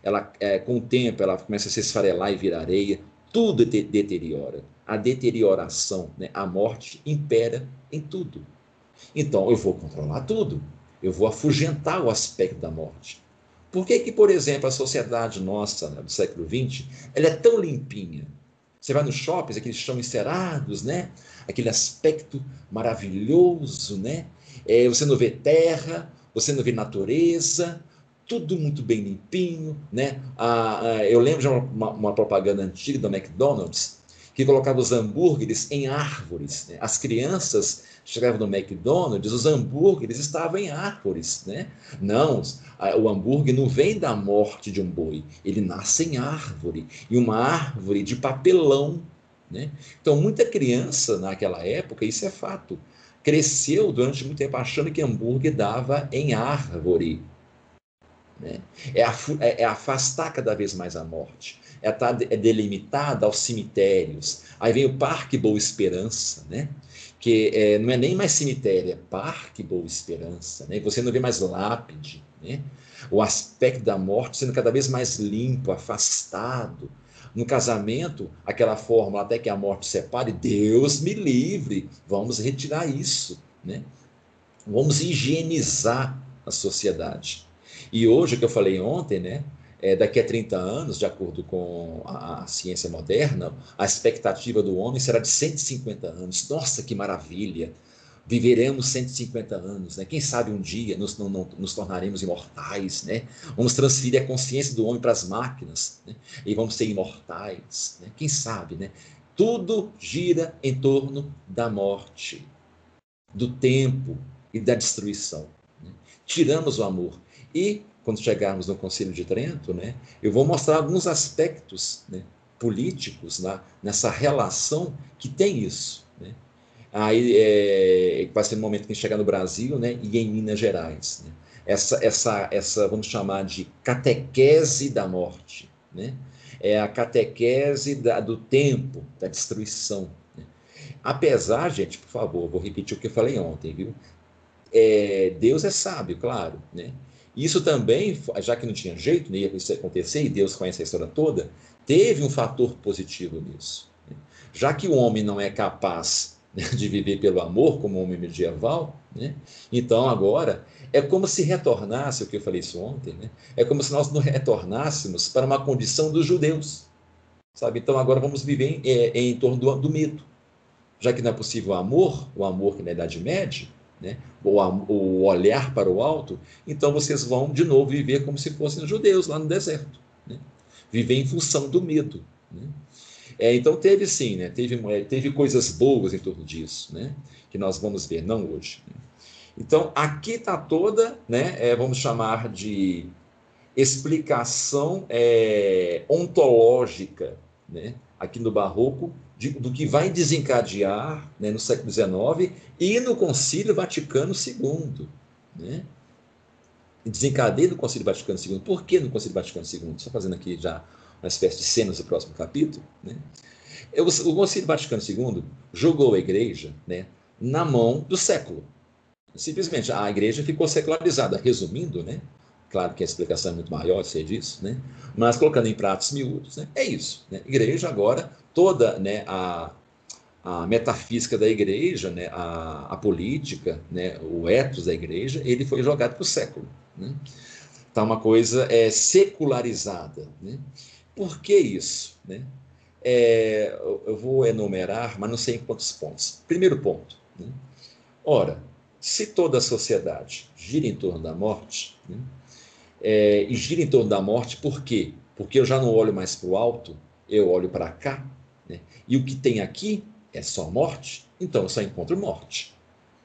ela, é, com o tempo, ela começa a se esfarelar e virar areia, tudo de deteriora. A deterioração, né, a morte impera em tudo. Então, eu vou controlar tudo. Eu vou afugentar o aspecto da morte. Por que que, por exemplo, a sociedade nossa, né, do século vinte, ela é tão limpinha? Você vai nos shoppings, aqueles chão encerados, né? Aquele aspecto maravilhoso, né? É, você não vê terra, você não vê natureza, tudo muito bem limpinho, né? Ah, ah, eu lembro de uma, uma propaganda antiga do McDonald's que colocava os hambúrgueres em árvores, né? As crianças chegavam no McDonald's, os hambúrgueres estavam em árvores, né? Não, o hambúrguer não vem da morte de um boi, ele nasce em árvore, e uma árvore de papelão, né? Então, muita criança naquela época, isso é fato, cresceu durante muito tempo achando que hambúrguer dava em árvore, né? É, é, é afastar cada vez mais a morte, é estar é delimitada aos cemitérios. Aí vem o Parque Boa Esperança, né? Que é, não é nem mais cemitério, é Parque Boa Esperança, né? Você não vê mais lápide, né? O aspecto da morte sendo cada vez mais limpo, afastado. No casamento, aquela fórmula até que a morte separe, Deus me livre, vamos retirar isso, né? Vamos higienizar a sociedade. E hoje, o que eu falei ontem, né? É, daqui a trinta anos, de acordo com a, a ciência moderna, a expectativa do homem será de cento e cinquenta anos. Nossa, que maravilha! Viveremos cento e cinquenta anos, né? Quem sabe um dia nos, não, não, nos tornaremos imortais, né? Vamos transferir a consciência do homem para as máquinas, né? E vamos ser imortais, né? Quem sabe, né? Tudo gira em torno da morte, do tempo e da destruição, né? Tiramos o amor. E, quando chegarmos no Concílio de Trento, né, eu vou mostrar alguns aspectos, né, políticos, né, nessa relação que tem isso, né? Aí é, vai ser no momento que a gente chegar no Brasil, né, e em Minas Gerais, né? Essa, essa, essa, vamos chamar de catequese da morte, né? É a catequese da, do tempo, da destruição, né? Apesar, gente, por favor, vou repetir o que eu falei ontem, viu? É, Deus é sábio, claro, né? Isso também, já que não tinha jeito, nem ia isso acontecer, e Deus conhece a história toda, teve um fator positivo nisso, né? Já que o homem não é capaz, né, de viver pelo amor, como o homem medieval, né? Então agora é como se retornasse, o que eu falei isso ontem, né? É como se nós não retornássemos para uma condição dos judeus, sabe? Então agora vamos viver em, é, em torno do, do medo. Já que não é possível o amor, o amor que na Idade Média, né? o, o olhar para o alto, então vocês vão de novo viver como se fossem judeus lá no deserto, né? Viver em função do medo, né? É, então teve sim, né? teve, teve coisas boas em torno disso, né? Que nós vamos ver, não hoje, né? Então aqui está toda, né? É, vamos chamar de explicação é, ontológica, né? Aqui no Barroco, de, do que vai desencadear, né, no século dezenove e no Concílio Vaticano segundo, né? Desencadeia no Concílio Vaticano segundo. Por que no Concílio Vaticano segundo? Só fazendo aqui já uma espécie de cenas do próximo capítulo, né? O Concílio Vaticano segundo jogou a igreja, né, na mão do século. Simplesmente a igreja ficou secularizada, resumindo, né? Claro que a explicação é muito maior, sei disso, né? Mas colocando em pratos miúdos, né? É isso, né? Igreja agora, toda, né, a, a metafísica da igreja, né, a, a política, né, o ethos da igreja, ele foi jogado para o século, né? Tá uma coisa é, secularizada, né? Por que isso, né? É, eu vou enumerar, mas não sei em quantos pontos. Primeiro ponto, né? Ora, se toda a sociedade gira em torno da morte, né, é, e gira em torno da morte, por quê? Porque eu já não olho mais para o alto, eu olho para cá, né, e o que tem aqui é só morte, então eu só encontro morte.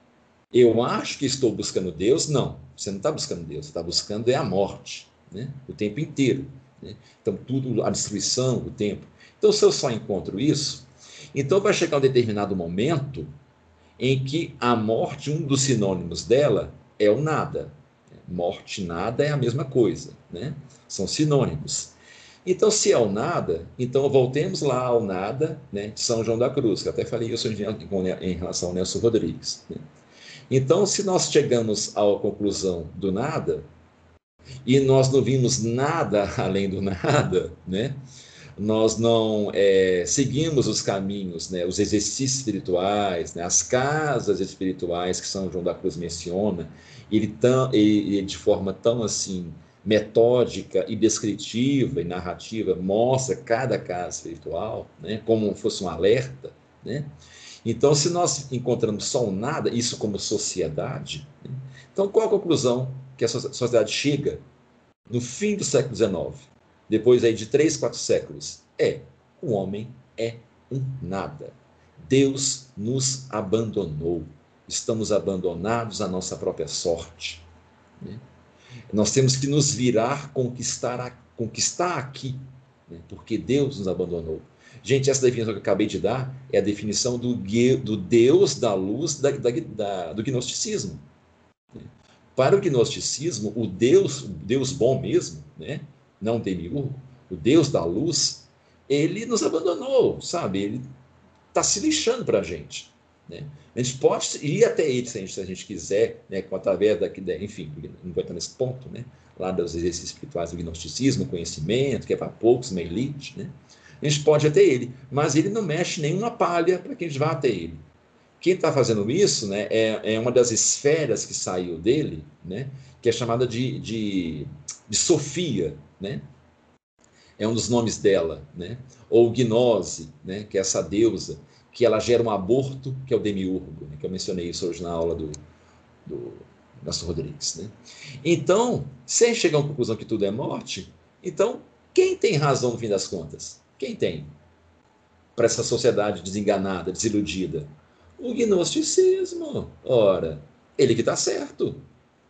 Eu acho que estou buscando Deus, não, você não está buscando Deus, você está buscando é a morte, né, o tempo inteiro, né? Então tudo, a destruição, o tempo. Então se eu só encontro isso, então vai chegar um determinado momento em que a morte, um dos sinônimos dela é o nada. Morte e nada é a mesma coisa, né? São sinônimos. Então, se é o nada, então voltemos lá ao nada, né, de São João da Cruz, que até falei isso em relação ao Nelson Rodrigues, né? Então, se nós chegamos à conclusão do nada, e nós não vimos nada além do nada, né? Nós não é, seguimos os caminhos, né? Os exercícios espirituais, né? As casas espirituais que São João da Cruz menciona, ele, tão, ele, ele de forma tão assim metódica e descritiva e narrativa mostra cada casa espiritual, né? Como fosse um alerta, né? Então, se nós encontramos só um nada, isso como sociedade, né? Então qual a conclusão que a sociedade chega no fim do século dezenove, depois aí de três, quatro séculos? É, o homem é um nada. Deus nos abandonou. Estamos abandonados à nossa própria sorte, né? Nós temos que nos virar, conquistar, conquistar aqui, né? Porque Deus nos abandonou. Gente, essa definição que eu acabei de dar é a definição do, do Deus da luz da, da, da, do gnosticismo. Para o gnosticismo, o Deus, o Deus bom mesmo, né? Não o demiurgo, o Deus da luz, ele nos abandonou, sabe? Ele está se lixando para a gente, né? A gente pode ir até ele se a gente, se a gente quiser, né? Através daqui, enfim, não vai estar nesse ponto, né? Lá dos exercícios espirituais do gnosticismo, conhecimento, que é para poucos, uma elite, né? A gente pode ir até ele, mas ele não mexe nenhuma palha para que a gente vá até ele. Quem está fazendo isso, né, é, é uma das esferas que saiu dele, né, que é chamada de, de, de Sofia, né? É um dos nomes dela, né? Ou Gnose, né, que é essa deusa, que ela gera um aborto, que é o demiurgo, né, que eu mencionei isso hoje na aula do, do Nelson Rodrigues, né? Então, sem chegar à conclusão que tudo é morte, então, quem tem razão no fim das contas? Quem tem? Para essa sociedade desenganada, desiludida? O gnosticismo. Ora, ele que está certo.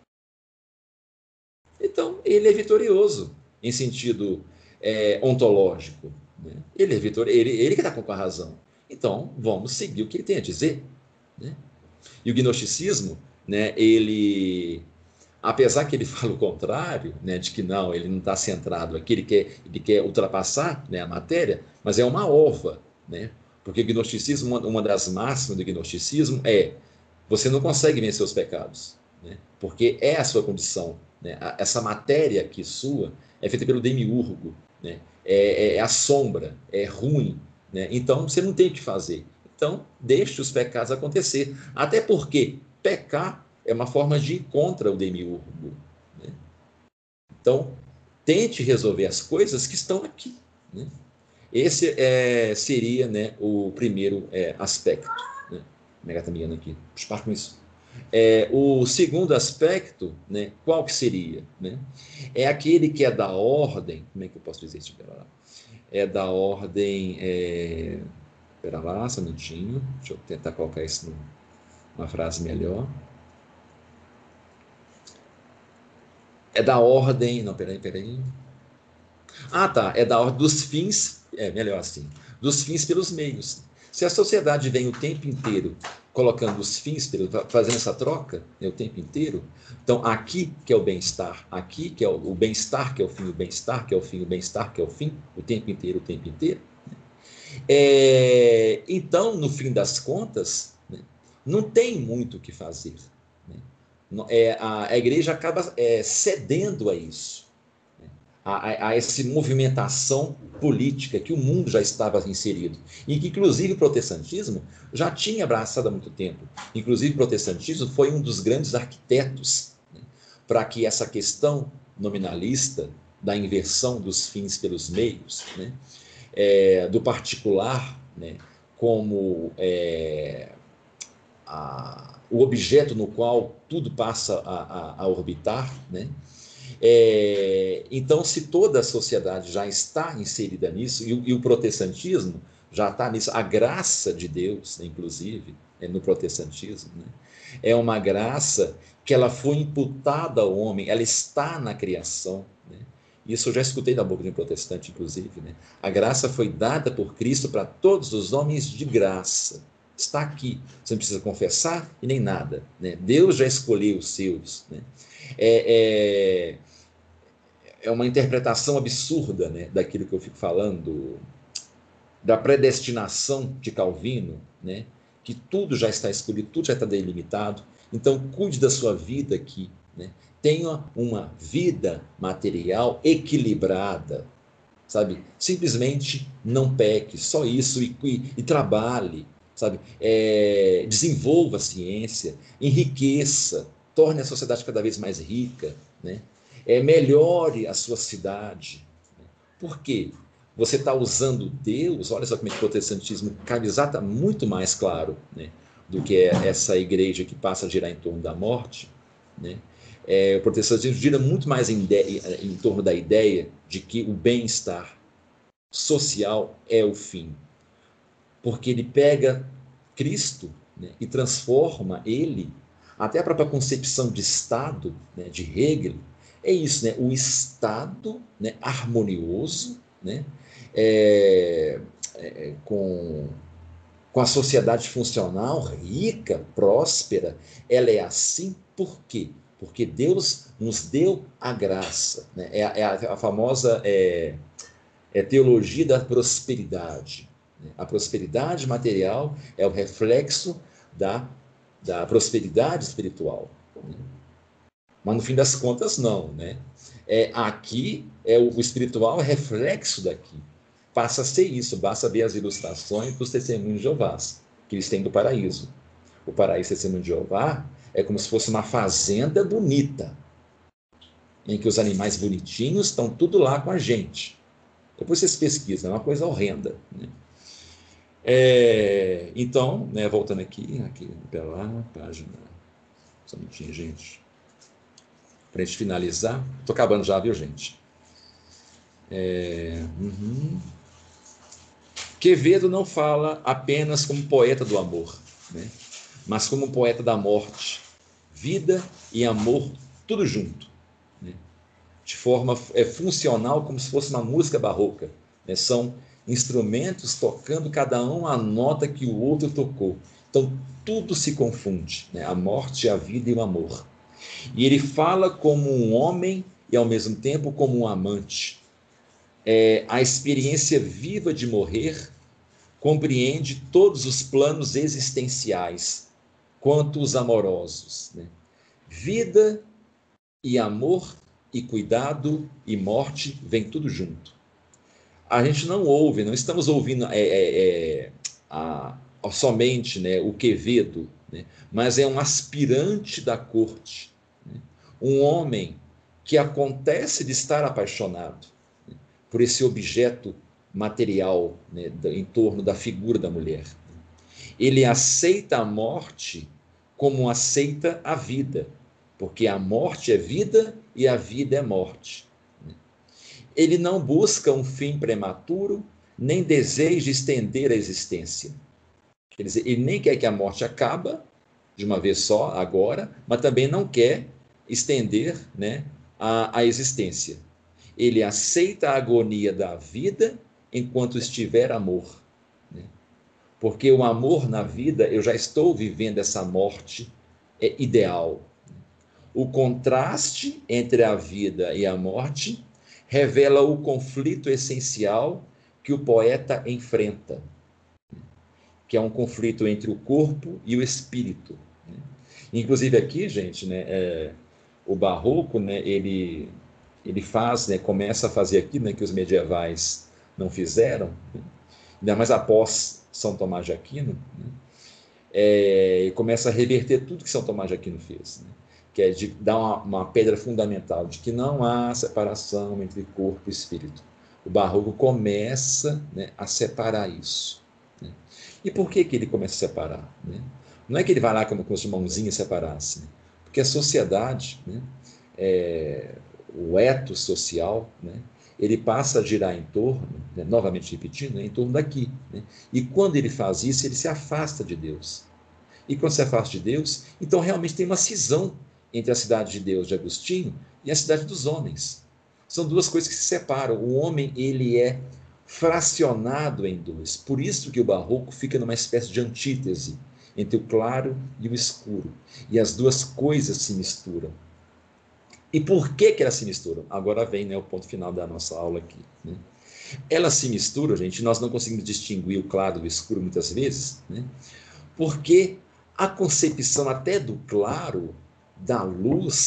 Então, ele é vitorioso, em sentido é, ontológico, né? Ele é vitorioso, ele, ele que está com a razão. Então, vamos seguir o que ele tem a dizer, né? E o gnosticismo, né, ele, apesar que ele fala o contrário, né, de que não, ele não está centrado aqui, ele quer, ele quer ultrapassar, né, a matéria, mas é uma ova, né? Porque o gnosticismo, uma, uma das máximas do gnosticismo é: você não consegue vencer os pecados, né? Porque é a sua condição, né? Essa matéria aqui sua é feita pelo demiurgo, né? É, é, é a sombra, é ruim, né? Então você não tem o que fazer. Então deixe os pecados acontecer. Até porque pecar é uma forma de ir contra o demiurgo, né? Então tente resolver as coisas que estão aqui, né? Esse é, seria, né, o primeiro é, aspecto, né? Mega tá ligando aqui. Para com isso. É, o segundo aspecto, né, qual que seria? Né? É aquele que é da ordem. Como é que eu posso dizer isso? Pera lá. É da ordem. É, pera lá, só um minutinho. Deixa eu tentar colocar isso numa frase melhor. É da ordem. Não, peraí, peraí. Ah, tá. É da ordem dos fins. É melhor assim. Dos fins pelos meios. Se a sociedade vem o tempo inteiro colocando os fins, fazendo essa troca, né, o tempo inteiro, então aqui que é o bem-estar, aqui que é o, o bem-estar que é o fim, o bem-estar que é o fim, o bem-estar que é o fim, o tempo inteiro, o tempo inteiro. Né? É, então, no fim das contas, né, não tem muito o que fazer. Né? É, a, a igreja acaba é, cedendo a isso. A, a essa movimentação política que o mundo já estava inserido e que, inclusive, o protestantismo já tinha abraçado há muito tempo. Inclusive, o protestantismo foi um dos grandes arquitetos, né, para que essa questão nominalista da inversão dos fins pelos meios, né, é, do particular, né, como é, a, o objeto no qual tudo passa a, a, a orbitar, né? É, então, se toda a sociedade já está inserida nisso, e o, e o protestantismo já está nisso, a graça de Deus, inclusive, é no protestantismo, né? É uma graça que ela foi imputada ao homem, ela está na criação, né? Isso eu já escutei da boca de um protestante, inclusive, né? A graça foi dada por Cristo para todos os homens de graça. Está aqui, você não precisa confessar e nem nada, né? Deus já escolheu os seus, né? É, é, é uma interpretação absurda, né, daquilo que eu fico falando, da predestinação de Calvino, né, que tudo já está escolhido, tudo já está delimitado, então cuide da sua vida aqui, né? Tenha uma vida material equilibrada, sabe? Simplesmente não peque, só isso, e, e, e trabalhe, sabe? É, desenvolva a ciência, enriqueça, torne a sociedade cada vez mais rica, né? É, melhore a sua cidade. Por quê? Você está usando Deus, olha só como é que o protestantismo está muito mais claro, né, do que é essa igreja que passa a girar em torno da morte, né? É, o protestantismo gira muito mais em, de, em torno da ideia de que o bem-estar social é o fim, porque ele pega Cristo, né, e transforma ele, até a própria concepção de Estado, né, de Hegel, é isso, né, o Estado, né, harmonioso, né, é, é, com, com a sociedade funcional, rica, próspera, ela é assim por quê? Porque Deus nos deu a graça, né, é, é a, a famosa é, é teologia da prosperidade. A prosperidade material é o reflexo da, da prosperidade espiritual. Mas no fim das contas, não, né? É, aqui, é o, o espiritual é reflexo daqui. Passa a ser isso, basta ver as ilustrações dos testemunhos de Jeová, que eles têm do paraíso. O paraíso testemunho de Jeová é como se fosse uma fazenda bonita, em que os animais bonitinhos estão tudo lá com a gente. Depois vocês pesquisam, é uma coisa horrenda, né? É, então, né, voltando aqui, aqui, pera lá, página, só um minutinho, gente, para a gente finalizar, estou acabando já, viu, gente? É, uhum. Quevedo não fala apenas como poeta do amor, né, mas como poeta da morte, vida e amor, tudo junto, né, de forma é, funcional, como se fosse uma música barroca, né, são instrumentos tocando cada um a nota que o outro tocou. Então, tudo se confunde, né? A morte, a vida e o amor. E ele fala como um homem e, ao mesmo tempo, como um amante. É, a experiência viva de morrer compreende todos os planos existenciais, quanto os amorosos, né? Vida e amor e cuidado e morte vem tudo junto. A gente não ouve, não estamos ouvindo é, é, é, a, a, somente, né, o Quevedo, né, mas é um aspirante da corte, né, um homem que acontece de estar apaixonado, né, por esse objeto material, né, em torno da figura da mulher. Ele aceita a morte como aceita a vida, porque a morte é vida e a vida é morte. Ele não busca um fim prematuro, nem deseja estender a existência. Quer dizer, ele nem quer que a morte acabe de uma vez só, agora, mas também não quer estender, né, a, a existência. Ele aceita a agonia da vida enquanto estiver amor, né? Porque o amor na vida, eu já estou vivendo essa morte é ideal. O contraste entre a vida e a morte revela o conflito essencial que o poeta enfrenta, que é um conflito entre o corpo e o espírito. Inclusive aqui, gente, né, é, o barroco, né, ele, ele faz, né, começa a fazer aqui, né, que os medievais não fizeram, né, ainda mais após São Tomás de Aquino, né, é, e começa a reverter tudo que São Tomás de Aquino fez, né, que é de dar uma, uma pedra fundamental de que não há separação entre corpo e espírito. O barroco começa, né, a separar isso, né? E por que, que ele começa a separar, né? Não é que ele vai lá como com os mãozinhos separasse, né? Porque a sociedade, né, é, o etos social, né, ele passa a girar em torno, né, novamente repetindo, né, em torno daqui, né? E quando ele faz isso, ele se afasta de Deus. E quando se afasta de Deus, então realmente tem uma cisão entre a cidade de Deus de Agostinho e a cidade dos homens. São duas coisas que se separam. O homem, ele é fracionado em dois. Por isso que o barroco fica numa espécie de antítese entre o claro e o escuro. E as duas coisas se misturam. E por que que elas se misturam? Agora vem, né, o ponto final da nossa aula aqui, né? Elas se misturam, gente, nós não conseguimos distinguir o claro do escuro muitas vezes, né? Porque a concepção até do claro, da luz,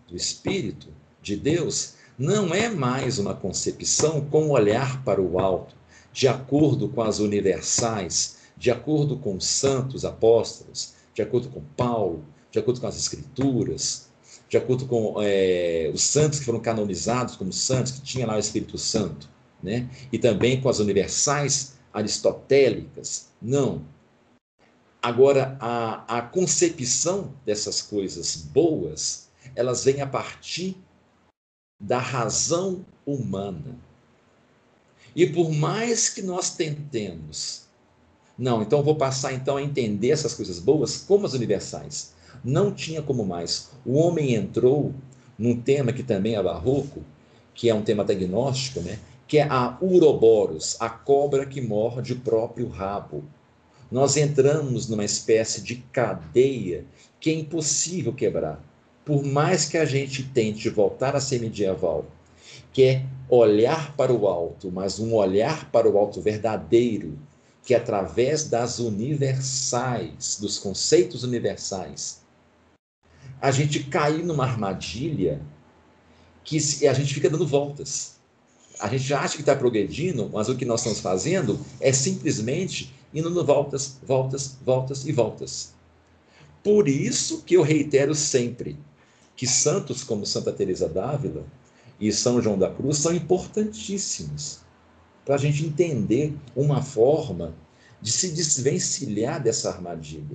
do Espírito de Deus não é mais uma concepção com olhar para o alto, de acordo com as universais, de acordo com os santos apóstolos, de acordo com Paulo, de acordo com as Escrituras, de acordo com é, os santos que foram canonizados como santos, que tinha lá o Espírito Santo, né? E também com as universais aristotélicas. Não. Agora, a, a concepção dessas coisas boas, elas vêm a partir da razão humana. E por mais que nós tentemos, não, então vou passar então a entender essas coisas boas como as universais. Não tinha como mais. O homem entrou num tema que também é barroco, que é um tema agnóstico, né? Que é a Uroboros, a cobra que morde o próprio rabo. Nós entramos numa espécie de cadeia que é impossível quebrar. Por mais que a gente tente voltar a ser medieval, que é olhar para o alto, mas um olhar para o alto verdadeiro, que através das universais, dos conceitos universais, a gente cai numa armadilha que a gente fica dando voltas. A gente acha que está progredindo, mas o que nós estamos fazendo é simplesmente indo dando voltas, voltas, voltas e voltas. Por isso que eu reitero sempre que santos como Santa Teresa d'Ávila e São João da Cruz são importantíssimos para a gente entender uma forma de se desvencilhar dessa armadilha.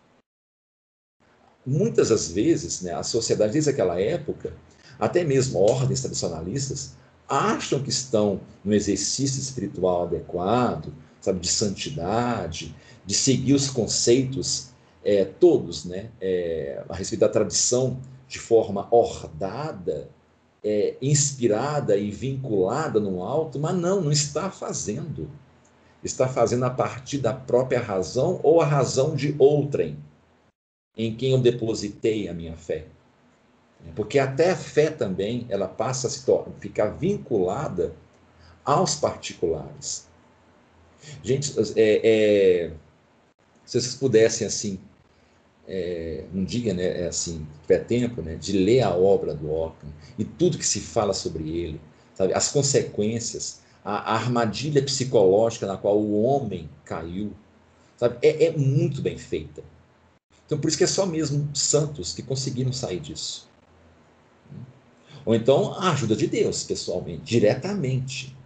Muitas das vezes, né, a sociedade desde aquela época, até mesmo ordens tradicionalistas, acham que estão no exercício espiritual adequado, sabe, de santidade, de seguir os conceitos é, todos, né, é, a respeito da tradição de forma ordada, é, inspirada e vinculada no alto, mas não, não está fazendo. Está fazendo a partir da própria razão ou a razão de outrem, em quem eu depositei a minha fé. Porque até a fé também, ela passa a se tornar, ficar vinculada aos particulares. Gente, é, é, se vocês pudessem, assim, é, um dia, né, é assim, tiver tempo, né, de ler a obra do Ockham e tudo que se fala sobre ele, sabe, as consequências, a, a armadilha psicológica na qual o homem caiu, sabe, é, é muito bem feita. Então, por isso que é só mesmo santos que conseguiram sair disso. Ou então, a ajuda de Deus, pessoalmente, diretamente.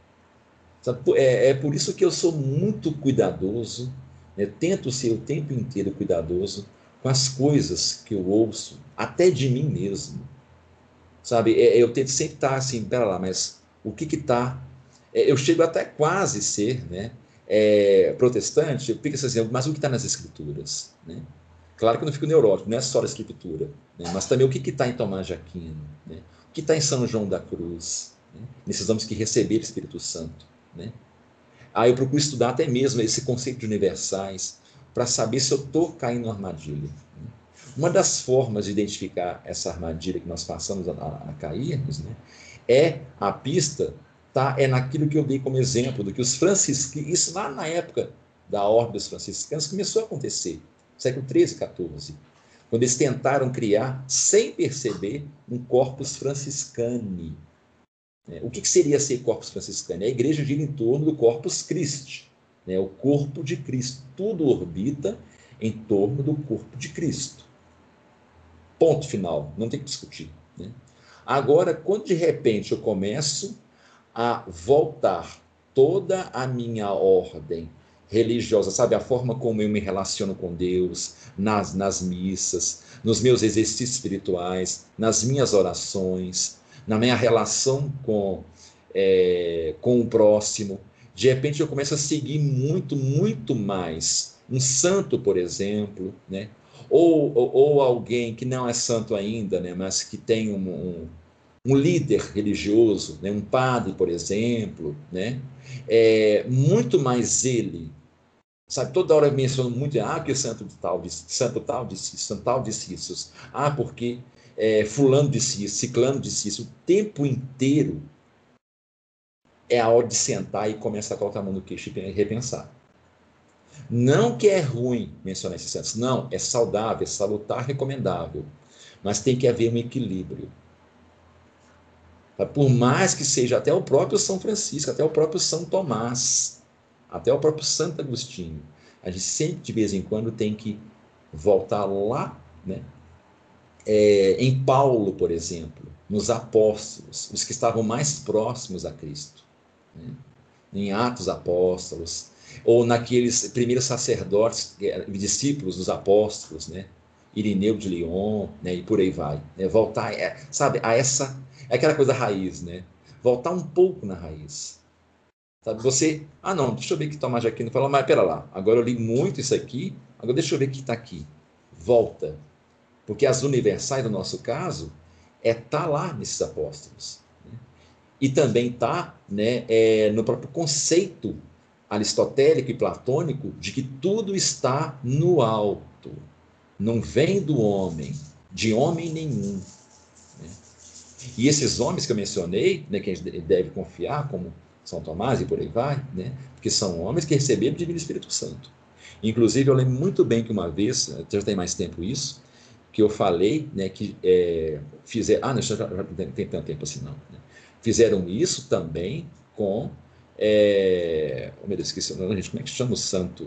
É, é por isso que eu sou muito cuidadoso, né? Tento ser o tempo inteiro cuidadoso com as coisas que eu ouço, até de mim mesmo. Sabe, é, eu tento sempre estar assim, pera lá, mas o que que está... É, eu chego até quase ser, né, é, protestante, eu fico assim, mas o que está nas Escrituras, né? Claro que eu não fico neurótico, não é só a Escritura, né? Mas também o que está em Tomás de Aquino, né? O que está em São João da Cruz, né? Precisamos que receber o Espírito Santo, né? Aí eu procuro estudar até mesmo esse conceito de universais, para saber se eu estou caindo na armadilha. Uma das formas de identificar essa armadilha que nós passamos a, a, a cairmos, né, é a pista, tá, é naquilo que eu dei como exemplo, do que os franciscanos, isso lá na época da Ordem dos Franciscanos começou a acontecer, século treze, quatorze, quando eles tentaram criar, sem perceber, um corpus franciscani. O que seria ser corpus franciscani? A igreja gira em torno do Corpus Christi, né? O corpo de Cristo. Tudo orbita em torno do corpo de Cristo. Ponto final, não tem que discutir, né? Agora, quando de repente eu começo a voltar toda a minha ordem religiosa, sabe, a forma como eu me relaciono com Deus, nas, nas missas, nos meus exercícios espirituais, nas minhas orações, na minha relação com, é, com o próximo, de repente eu começo a seguir muito, muito mais um santo, por exemplo, né? Ou, ou, ou alguém que não é santo ainda, né? Mas que tem um, um, um líder religioso, né? Um padre, por exemplo, né? É, muito mais ele, sabe, toda hora mencionando muito, ah, que santo tal disse, santo tal disse isso, santo tal disse isso, ah, porque é, fulano disse isso, ciclano disse isso, o tempo inteiro é a hora de sentar e começar a colocar a mão no queixo e repensar. Não que é ruim mencionar esses santos, não, é saudável, é salutar, recomendável, mas tem que haver um equilíbrio. Por mais que seja até o próprio São Francisco, até o próprio São Tomás, até o próprio Santo Agostinho, a gente sempre, de vez em quando, tem que voltar lá, né? É, em Paulo, por exemplo, nos apóstolos, os que estavam mais próximos a Cristo, né? Em Atos Apóstolos, ou naqueles primeiros sacerdotes, discípulos dos apóstolos, né? Irineu de Lyon, né? E por aí vai. Né? Voltar, é, sabe, a essa, é aquela coisa raiz, né? Voltar um pouco na raiz. Sabe, você, ah não, deixa eu ver que Tomás de Aquino falou, mas pera lá, agora eu li muito isso aqui, agora deixa eu ver o que está aqui. Volta. Porque as universais, no nosso caso, é estar tá lá nesses apóstolos. Né? E também está, né, é, no próprio conceito aristotélico e platônico de que tudo está no alto. Não vem do homem, de homem nenhum. Né? E esses homens que eu mencionei, né, que a gente deve confiar, como São Tomás e por aí vai, né, porque são homens que receberam o Divino Espírito Santo. Inclusive, eu lembro muito bem que uma vez, já tem mais tempo isso, que eu falei, né, que é, fizeram, ah, não, já, já não tem tanto tempo assim não, né? Fizeram isso também com, é, oh meu Deus, esqueci o nome, gente, como é que chama o santo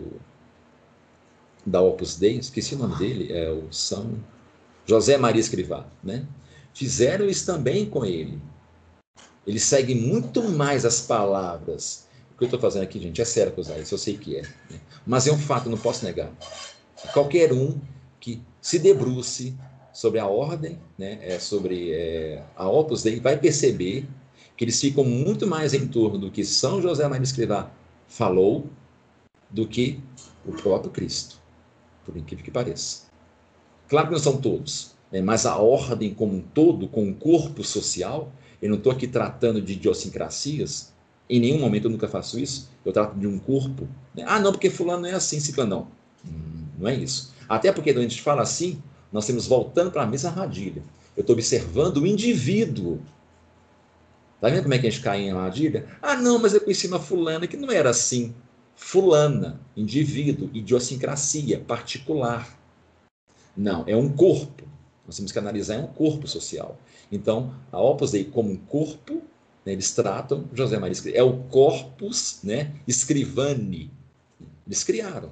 da Opus Dei? Esqueci o nome dele, é o São José Maria Escrivá, né? Fizeram isso também com ele. Ele segue muito mais as palavras. O que eu estou fazendo aqui, gente, é sério que usar isso, eu sei que é, né? Mas é um fato, não posso negar. Qualquer um que se debruce sobre a ordem, né, é, sobre é, a Opus Dei, vai perceber que eles ficam muito mais em torno do que São José Maria Escrivá falou do que o próprio Cristo, por incrível que pareça. Claro que não são todos, né, mas a ordem como um todo, com um corpo social, eu não estou aqui tratando de idiosincrasias, em nenhum momento eu nunca faço isso, eu trato de um corpo. Né? Ah, não, porque fulano não é assim, ciclano não. Hum, não é isso. Até porque quando a gente fala assim, nós estamos voltando para a mesma armadilha. Eu estou observando o indivíduo. Está vendo como é que a gente cai em armadilha? Ah, não, mas eu conheci uma fulana que não era assim. Fulana, indivíduo, idiosincrasia, particular. Não, é um corpo. Nós temos que analisar, é um corpo social. Então, a Opus Dei como um corpo, né, eles tratam José Maria Escrivá. É o corpus, né, scrivani. Eles criaram.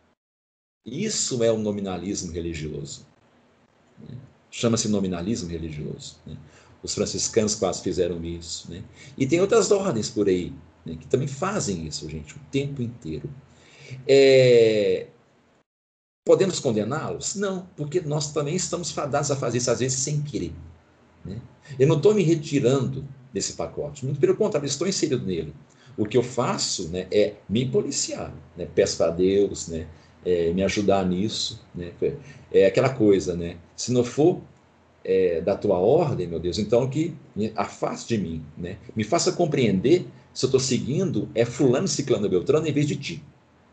Isso é o nominalismo religioso. Né? Chama-se nominalismo religioso. Né? Os franciscanos quase fizeram isso. Né? E tem outras ordens por aí, né, que também fazem isso, gente, o tempo inteiro. É... Podemos condená-los? Não, porque nós também estamos fadados a fazer isso, às vezes, sem querer. Né? Eu não estou me retirando desse pacote, muito pelo contrário, estou inserido nele. O que eu faço, né, é me policiar, né? Peço para Deus, né, é, me ajudar nisso. Né? É aquela coisa, né? Se não for é, da tua ordem, meu Deus, então que me afaste de mim. Né? Me faça compreender se eu estou seguindo é fulano, ciclano, beltrano, em vez de ti.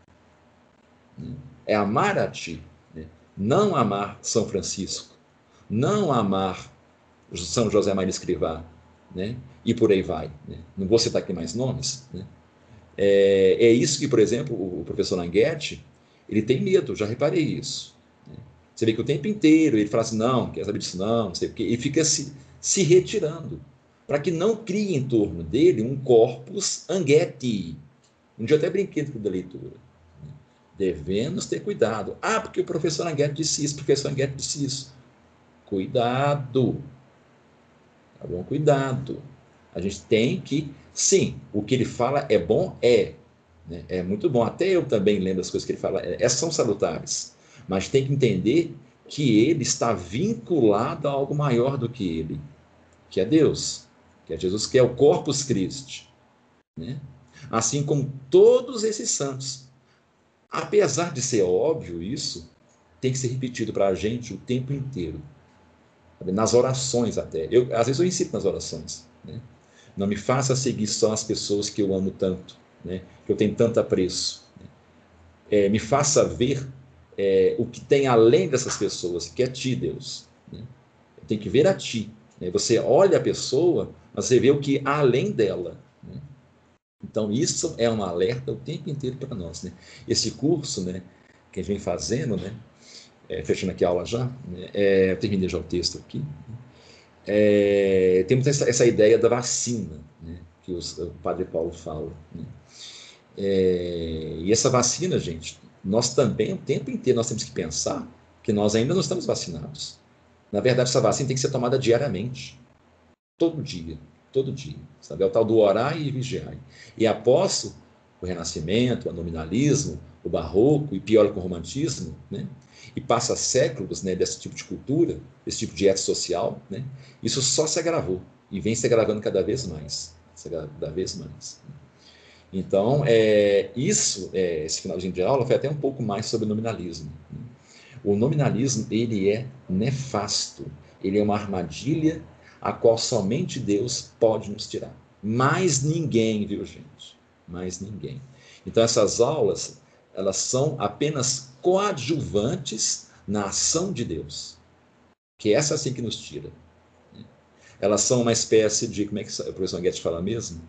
Né? É amar a ti, né? Não amar São Francisco, não amar São José Maria Escrivá, né? E por aí vai. Né? Não vou citar aqui mais nomes. Né? É, é isso que, por exemplo, o professor Languete, ele tem medo, já reparei isso. Né? Você vê que o tempo inteiro ele fala assim, não, não quer saber disso não, não sei o quê, e fica se, se retirando, para que não crie em torno dele um corpus anguete. Um dia eu até brinquei com da leitura. Devemos ter cuidado. Ah, porque o professor Anguete disse isso, o professor Anguete disse isso. Cuidado. Tá bom? Cuidado. A gente tem que, sim, o que ele fala é bom, é. Né? É muito bom. Até eu também lembro as coisas que ele fala, essas são salutares. Mas tem que entender que ele está vinculado a algo maior do que ele, que é Deus, que é Jesus, que é o Corpus Christi. Né? Assim como todos esses santos. Apesar de ser óbvio isso, tem que ser repetido para a gente o tempo inteiro. Sabe? Nas orações até. Eu, às vezes eu incito nas orações. Né? Não me faça seguir só as pessoas que eu amo tanto, né? Que eu tenho tanto apreço. Né? É, me faça ver é, o que tem além dessas pessoas, que é ti, Deus. Né? Tem que ver a ti. Né? Você olha a pessoa, mas você vê o que há além dela. Né? Então, isso é um alerta o tempo inteiro para nós. Né? Esse curso, né, que a gente vem fazendo, né, é, fechando aqui a aula já, né? É, eu terminei já o texto aqui. É, temos essa, essa ideia da vacina, né? Que os, o padre Paulo fala, né? É, e essa vacina, gente, nós também, o tempo inteiro, nós temos que pensar que nós ainda não estamos vacinados. Na verdade, essa vacina tem que ser tomada diariamente, todo dia, todo dia, sabe? É o tal do orar e vigiar. E após o Renascimento, o nominalismo, o Barroco e pior com o Romantismo, né? E passa séculos, né, desse tipo de cultura, desse tipo de ética social, né? Isso só se agravou e vem se agravando cada vez mais, cada vez mais. Então, é, isso, é, esse finalzinho de aula foi até um pouco mais sobre o nominalismo. O nominalismo, ele é nefasto, ele é uma armadilha a qual somente Deus pode nos tirar. Mais ninguém, viu, gente? Mais ninguém. Então, essas aulas, elas são apenas coadjuvantes na ação de Deus, que é essa assim que nos tira. Elas são uma espécie de, como é que o professor Guedes fala mesmo?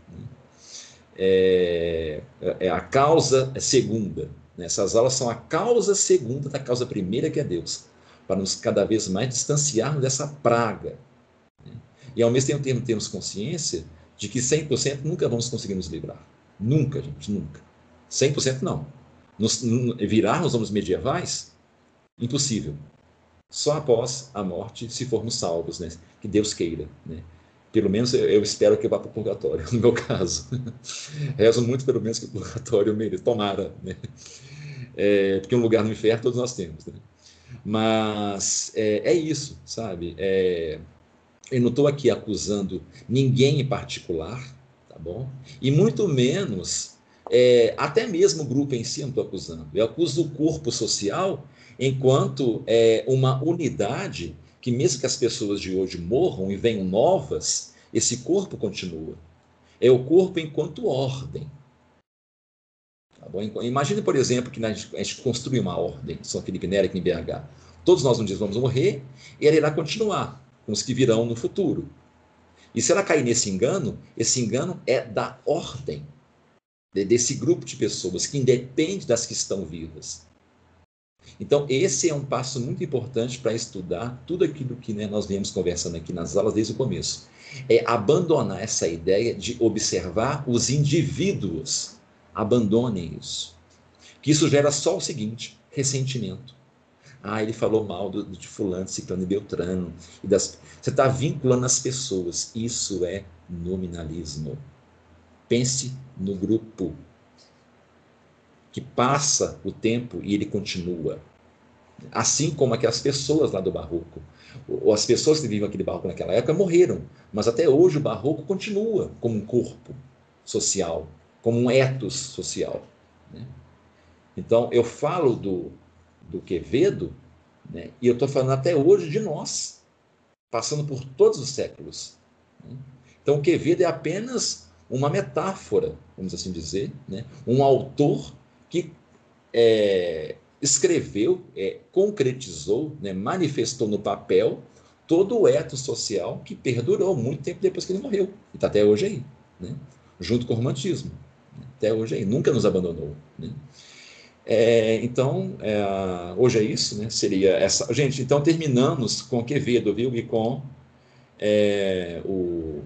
É, é a causa segunda. Né? Essas aulas são a causa segunda da causa primeira, que é Deus, para nos cada vez mais distanciarmos dessa praga. Né? E ao mesmo tempo termos consciência de que cem por cento nunca vamos conseguir nos livrar. Nunca, gente, nunca. cem por cento não. Nos, virar nos anos medievais? Impossível. Só após a morte, se formos salvos, né? Que Deus queira. Né? Pelo menos eu espero que eu vá para o purgatório, no meu caso. Rezo muito, pelo menos, que o purgatório mereça. Tomara, né? É, porque um lugar no inferno todos nós temos. Né? Mas é, é isso, sabe? É, eu não estou aqui acusando ninguém em particular, tá bom? E muito menos, é, até mesmo o grupo em si, eu não estou acusando. Eu acuso o corpo social enquanto é, uma unidade que, mesmo que as pessoas de hoje morram e venham novas, esse corpo continua. É o corpo enquanto ordem. Tá bom? Imagine, por exemplo, que a gente, a gente construi uma ordem, São Felipe Neri aqui em B H. Todos nós um dia vamos morrer e ela irá continuar com os que virão no futuro. E se ela cair nesse engano, esse engano é da ordem, desse grupo de pessoas que independe das que estão vivas. Então, esse é um passo muito importante para estudar tudo aquilo que, né, nós viemos conversando aqui nas aulas desde o começo. É abandonar essa ideia de observar os indivíduos. Abandonem isso. Que isso gera só o seguinte: ressentimento. Ah, ele falou mal do, de fulano, ciclano e beltrano. E das... Você está vinculando as pessoas. Isso é nominalismo. Pense no grupo, que passa o tempo e ele continua. Assim como aquelas pessoas lá do Barroco. Ou as pessoas que viviam aquele Barroco naquela época morreram. Mas até hoje o Barroco continua como um corpo social, como um ethos social. Né? Então, eu falo do, do Quevedo, né? E eu estou falando até hoje de nós, passando por todos os séculos. Né? Então, o Quevedo é apenas uma metáfora, vamos assim dizer, né? Um autor que é, escreveu, é, concretizou, né? Manifestou no papel todo o ethos social que perdurou muito tempo depois que ele morreu. E está até hoje aí, né? Junto com o romantismo. Até hoje aí, nunca nos abandonou. Né? É, então, é, hoje é isso, né? Seria essa. Gente, então terminamos com Quevedo, viu? E com é, o,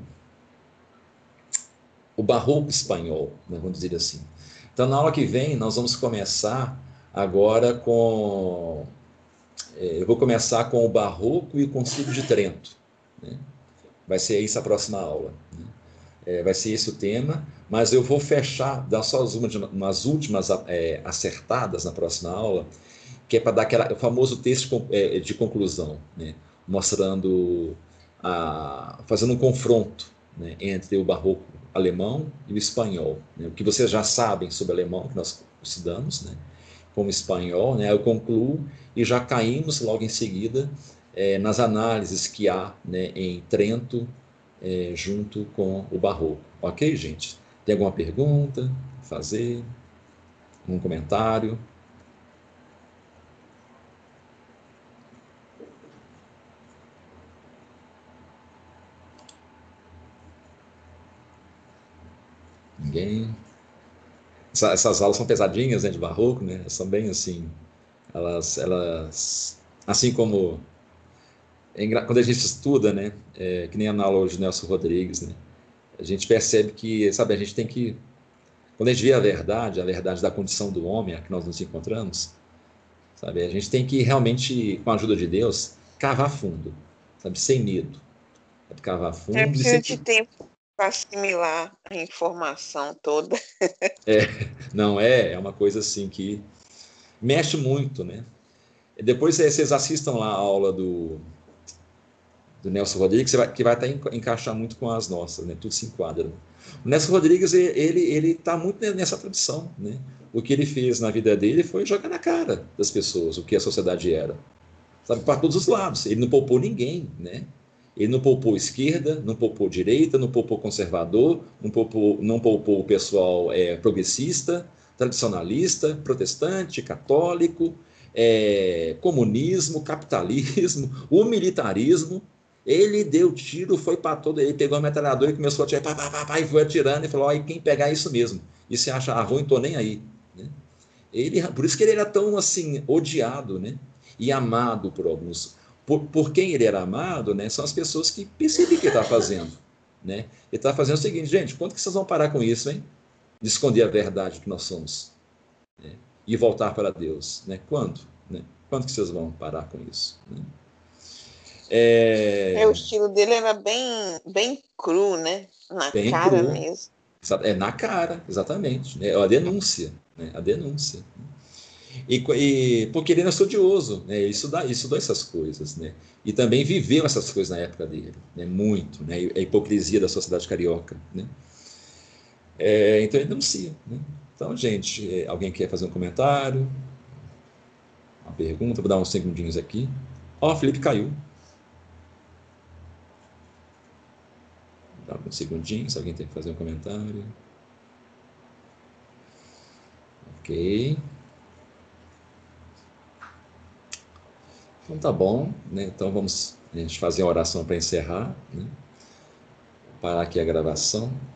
o Barroco espanhol, né? Vamos dizer assim. Então, na aula que vem, nós vamos começar agora com. É, eu vou começar com o Barroco e o Concílio de Trento. Né? Vai ser isso a próxima aula. Né? É, vai ser esse o tema, mas eu vou fechar, dar só as umas, umas últimas é, acertadas na próxima aula, que é para dar aquela, o famoso texto de conclusão, né? Mostrando, a, fazendo um confronto, né, entre o barroco alemão e o espanhol. Né? O que vocês já sabem sobre o alemão, que nós estudamos, né? Como espanhol, né? Eu concluo e já caímos logo em seguida é, nas análises que há, né, em Trento, é, junto com o barroco. Ok, gente? Tem alguma pergunta? Fazer? Um comentário? Ninguém? Essa, essas aulas são pesadinhas, né, de barroco, né? São bem assim, elas, elas Assim como é engra... quando a gente estuda, né, é, que nem a analogia do Nelson Rodrigues, né, a gente percebe que, sabe, a gente tem que, quando a gente vê a verdade, a verdade da condição do homem a que nós nos encontramos, sabe, a gente tem que realmente, com a ajuda de Deus, cavar fundo, sabe, sem medo, sabe, cavar É fundo e preciso sem... de tempo para assimilar a informação toda. É, não é, é uma coisa assim que mexe muito, né? Depois vocês assistam lá a aula do, do Nelson Rodrigues, que vai, que vai até encaixar muito com as nossas, né? Tudo se enquadra. Né? O Nelson Rodrigues, ele ele está muito nessa tradição, né? O que ele fez na vida dele foi jogar na cara das pessoas o que a sociedade era, sabe? Para todos os lados. Ele não poupou ninguém, né? Ele não poupou esquerda, não poupou direita, não poupou conservador, não poupou, não poupou o pessoal é, progressista, tradicionalista, protestante, católico, é, comunismo, capitalismo, o militarismo. Ele deu tiro, foi para todo, ele pegou a metralhadora e começou a atirar, pá, pá, pá, pá, e foi atirando e falou: ó, quem pegar é isso mesmo. E se acha ruim, tô nem aí. Né? Ele, por isso que ele era tão assim odiado, né? E amado por alguns. Por, por quem ele era amado, né? São as pessoas que percebiam o que ele estava fazendo, né? Ele estava fazendo o seguinte, gente, quando que vocês vão parar com isso, hein? De esconder a verdade que nós somos, né? E voltar para Deus, né? Quando, né? Quando que vocês vão parar com isso? Né? É, o É estilo dele era bem, bem cru, né? Na bem cara cru, mesmo. é na cara, exatamente, né? É a denúncia, né? A denúncia. E, e porque ele era estudioso, né? Ele estudou, ele estudou essas coisas, né? E também viveu essas coisas na época dele, né? Muito, né? A hipocrisia da sociedade carioca, né? É, então ele denuncia, né? Então, gente, é, alguém quer fazer um comentário, uma pergunta? Vou dar uns segundinhos aqui. Ó, oh, o Felipe caiu. Dá uns segundinhos, alguém tem que fazer um comentário. Ok. Então tá bom, né? Então vamos a gente fazer a oração para encerrar, né? Parar aqui a gravação.